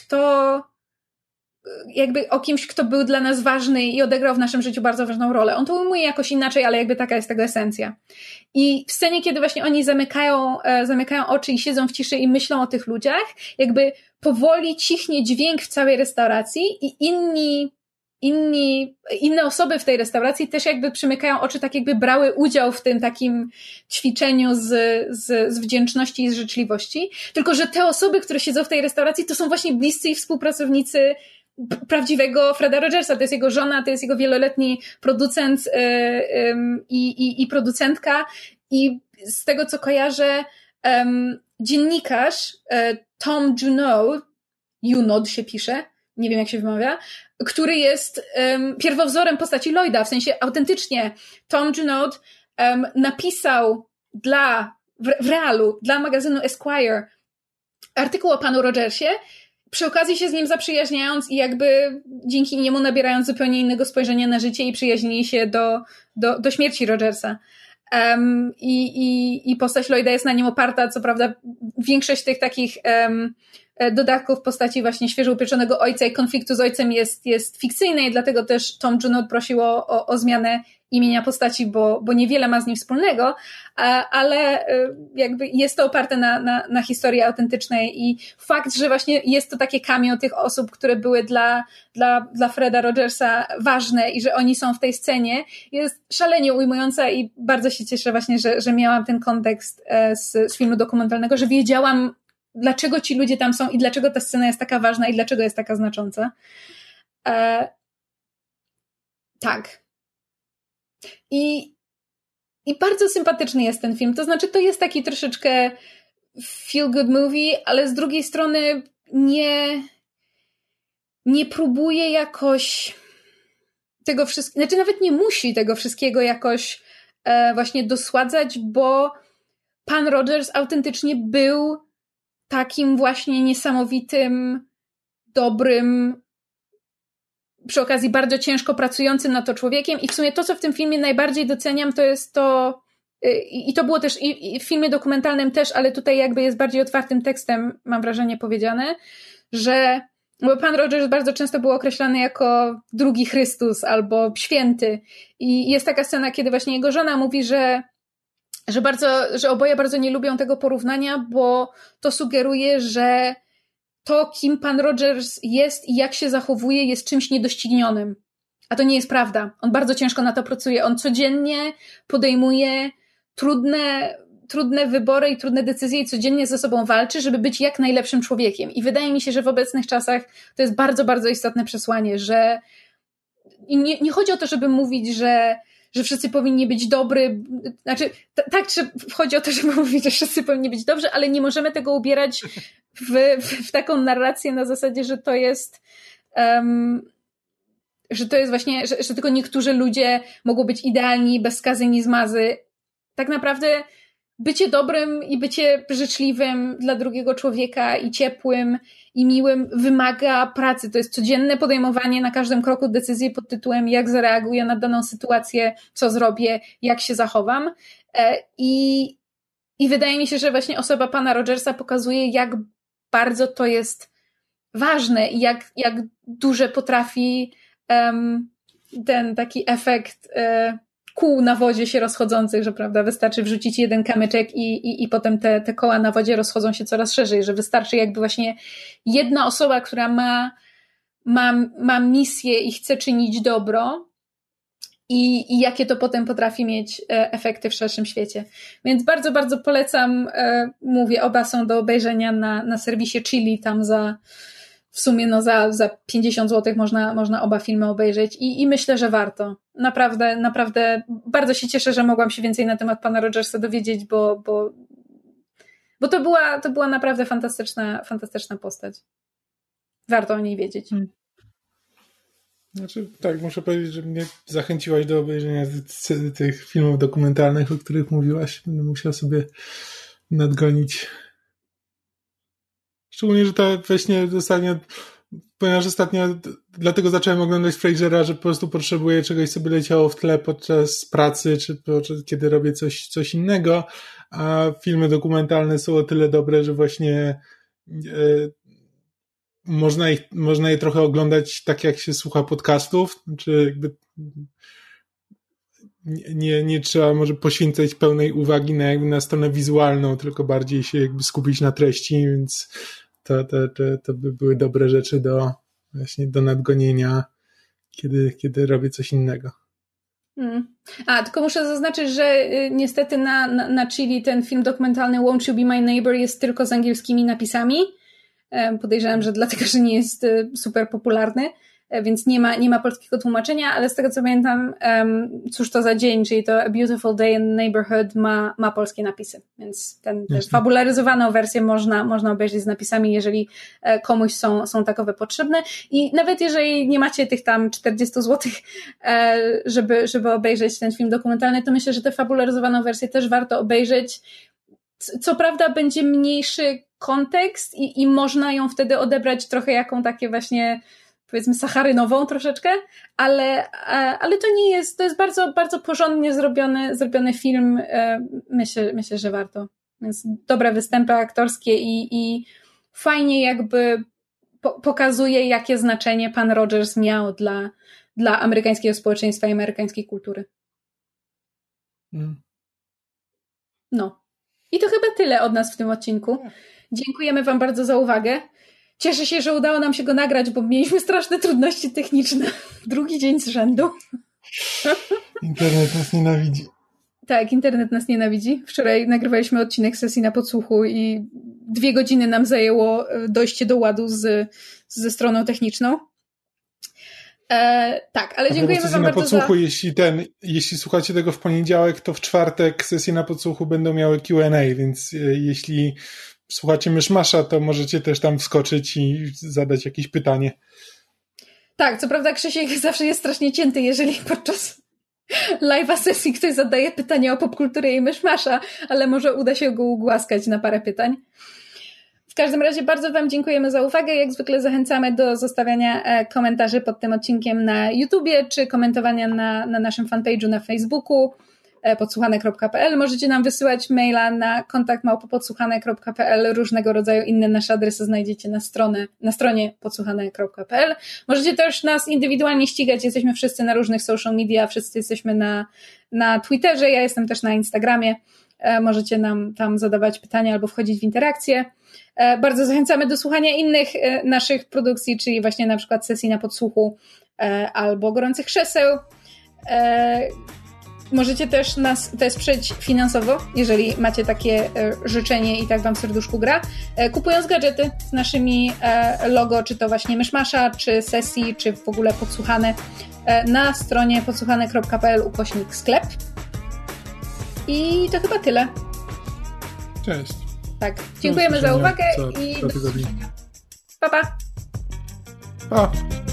kto był dla nas ważny i odegrał w naszym życiu bardzo ważną rolę. On to ujmuje jakoś inaczej, ale jakby taka jest tego esencja. I w scenie, kiedy właśnie oni zamykają oczy i siedzą w ciszy i myślą o tych ludziach, jakby powoli cichnie dźwięk w całej restauracji i inne osoby w tej restauracji też jakby przymykają oczy, tak jakby brały udział w tym takim ćwiczeniu z wdzięczności i z życzliwości. Tylko że te osoby, które siedzą w tej restauracji, to są właśnie bliscy i współpracownicy prawdziwego Freda Rogersa. To jest jego żona, to jest jego wieloletni producent i producentka. I z tego, co kojarzę, dziennikarz Tom Junod się pisze, nie wiem jak się wymawia, który jest pierwowzorem postaci Lloyda, w sensie autentycznie Tom Junod napisał w realu dla magazynu Esquire artykuł o panu Rogersie, przy okazji się z nim zaprzyjaźniając i jakby dzięki niemu nabierając zupełnie innego spojrzenia na życie i przyjaźnili się do śmierci Rogersa. I postać Lloyda jest na nim oparta, co prawda większość tych takich dodatków w postaci właśnie świeżo upieczonego ojca i konfliktu z ojcem jest fikcyjny i dlatego też Tom Junod prosił o zmianę imienia postaci, bo niewiele ma z nim wspólnego, ale jakby jest to oparte na historii autentycznej i fakt, że właśnie jest to takie cameo tych osób, które były dla Freda Rogersa ważne i że oni są w tej scenie, jest szalenie ujmująca i bardzo się cieszę właśnie, że miałam ten kontekst z filmu dokumentalnego, że wiedziałam, dlaczego ci ludzie tam są i dlaczego ta scena jest taka ważna i dlaczego jest taka znacząca. Tak. I bardzo sympatyczny jest ten film. To znaczy, to jest taki troszeczkę feel good movie, ale z drugiej strony nie próbuje jakoś tego wszystkiego, znaczy nawet nie musi tego wszystkiego jakoś właśnie dosładzać, bo pan Rogers autentycznie był takim właśnie niesamowitym, dobrym, przy okazji bardzo ciężko pracującym na to człowiekiem i w sumie to, co w tym filmie najbardziej doceniam, to jest to, i to było też i w filmie dokumentalnym też, ale tutaj jakby jest bardziej otwartym tekstem, mam wrażenie, powiedziane, że bo pan Rogers bardzo często był określany jako drugi Chrystus albo święty i jest taka scena, kiedy właśnie jego żona mówi, że oboje bardzo nie lubią tego porównania, bo to sugeruje, że to, kim pan Rogers jest i jak się zachowuje, jest czymś niedoścignionym. A to nie jest prawda. On bardzo ciężko na to pracuje. On codziennie podejmuje trudne wybory i trudne decyzje i codziennie ze sobą walczy, żeby być jak najlepszym człowiekiem. I wydaje mi się, że w obecnych czasach to jest bardzo, bardzo istotne przesłanie, że nie chodzi o to, żeby mówić, że wszyscy powinni być dobry, znaczy tak, chodzi o to, żeby mówić, że wszyscy powinni być dobrzy, ale nie możemy tego ubierać w taką narrację na zasadzie, że to jest właśnie, że tylko niektórzy ludzie mogą być idealni, bez skazy ni zmazy. Tak naprawdę bycie dobrym i bycie życzliwym dla drugiego człowieka i ciepłym i miłym wymaga pracy. To jest codzienne podejmowanie na każdym kroku decyzji pod tytułem jak zareaguję na daną sytuację, co zrobię, jak się zachowam. I wydaje mi się, że właśnie osoba pana Rogersa pokazuje, jak bardzo to jest ważne i jak duże potrafi ten taki efekt kół na wodzie się rozchodzących, że prawda, wystarczy wrzucić jeden kamyczek i potem te koła na wodzie rozchodzą się coraz szerzej, że wystarczy jakby właśnie jedna osoba, która ma misję i chce czynić dobro i jakie to potem potrafi mieć efekty w szerszym świecie. Więc bardzo, bardzo polecam, mówię, oba są do obejrzenia na serwisie Chili, tam w sumie za 50 zł można oba filmy obejrzeć i myślę, że warto. Naprawdę bardzo się cieszę, że mogłam się więcej na temat pana Rogersa dowiedzieć, bo to była naprawdę fantastyczna postać. Warto o niej wiedzieć. Znaczy, tak, muszę powiedzieć, że mnie zachęciłaś do obejrzenia tych filmów dokumentalnych, o których mówiłaś. Będę musiał sobie nadgonić. Szczególnie, że to właśnie ponieważ ostatnio dlatego zacząłem oglądać Frasera, że po prostu potrzebuję czegoś, co by leciało w tle podczas pracy, czy podczas, kiedy robię coś innego, a filmy dokumentalne są o tyle dobre, że właśnie można je trochę oglądać tak, jak się słucha podcastów, znaczy jakby nie trzeba może poświęcać pełnej uwagi na stronę wizualną, tylko bardziej się jakby skupić na treści, więc to by były dobre rzeczy do nadgonienia, kiedy robię coś innego. Tylko muszę zaznaczyć, że niestety na Chili ten film dokumentalny Won't You Be My Neighbor jest tylko z angielskimi napisami. Podejrzewam, że dlatego, że nie jest super popularny, więc nie ma polskiego tłumaczenia, ale z tego co pamiętam, Cóż to za dzień, czyli to A Beautiful Day in the Neighborhood ma polskie napisy, więc tę fabularyzowaną wersję można obejrzeć z napisami, jeżeli komuś są takowe potrzebne i nawet jeżeli nie macie tych tam 40 zł, żeby obejrzeć ten film dokumentalny, to myślę, że tę fabularyzowaną wersję też warto obejrzeć. Co prawda będzie mniejszy kontekst i można ją wtedy odebrać trochę jaką takie właśnie, powiedzmy, sacharynową troszeczkę, ale to nie jest, to jest bardzo, bardzo porządnie zrobiony film. Myślę, że warto. Więc dobre występy aktorskie i fajnie jakby pokazuje, jakie znaczenie pan Rogers miał dla amerykańskiego społeczeństwa i amerykańskiej kultury. No. I to chyba tyle od nas w tym odcinku. Dziękujemy wam bardzo za uwagę. Cieszę się, że udało nam się go nagrać, bo mieliśmy straszne trudności techniczne. Drugi dzień z rzędu. Internet nas nienawidzi. Tak, internet nas nienawidzi. Wczoraj nagrywaliśmy odcinek sesji na podsłuchu i 2 godziny nam zajęło dojście do ładu ze stroną techniczną. Tak, ale dziękujemy wam bardzo podsłuchu, jeśli słuchacie tego w poniedziałek, to w czwartek sesje na podsłuchu będą miały Q&A, więc jeśli słuchacie Myszmasza, to możecie też tam wskoczyć i zadać jakieś pytanie. Tak, co prawda Krzysiek zawsze jest strasznie cięty, jeżeli podczas live'a sesji ktoś zadaje pytania o popkulturę i Myszmasza, ale może uda się go ugłaskać na parę pytań. W każdym razie bardzo wam dziękujemy za uwagę. Jak zwykle zachęcamy do zostawiania komentarzy pod tym odcinkiem na YouTubie, czy komentowania na naszym fanpage'u na Facebooku podsłuchane.pl. Możecie nam wysyłać maila na kontakt@podsłuchane.pl. Różnego rodzaju inne nasze adresy znajdziecie na stronie podsłuchane.pl. Możecie też nas indywidualnie ścigać. Jesteśmy wszyscy na różnych social media, wszyscy jesteśmy na Twitterze, ja jestem też na Instagramie. Możecie nam tam zadawać pytania albo wchodzić w interakcję. Bardzo zachęcamy do słuchania innych naszych produkcji, czyli właśnie na przykład sesji na podsłuchu albo gorących krzeseł. Możecie też nas wesprzeć finansowo, jeżeli macie takie życzenie i tak wam w serduszku gra, kupując gadżety z naszymi logo, czy to właśnie Myszmasza, czy sesji, czy w ogóle podsłuchane na stronie podsłuchane.pl/sklep. I to chyba tyle. Cześć. Tak, dziękujemy za uwagę i do zobaczenia. Pa, pa. Pa.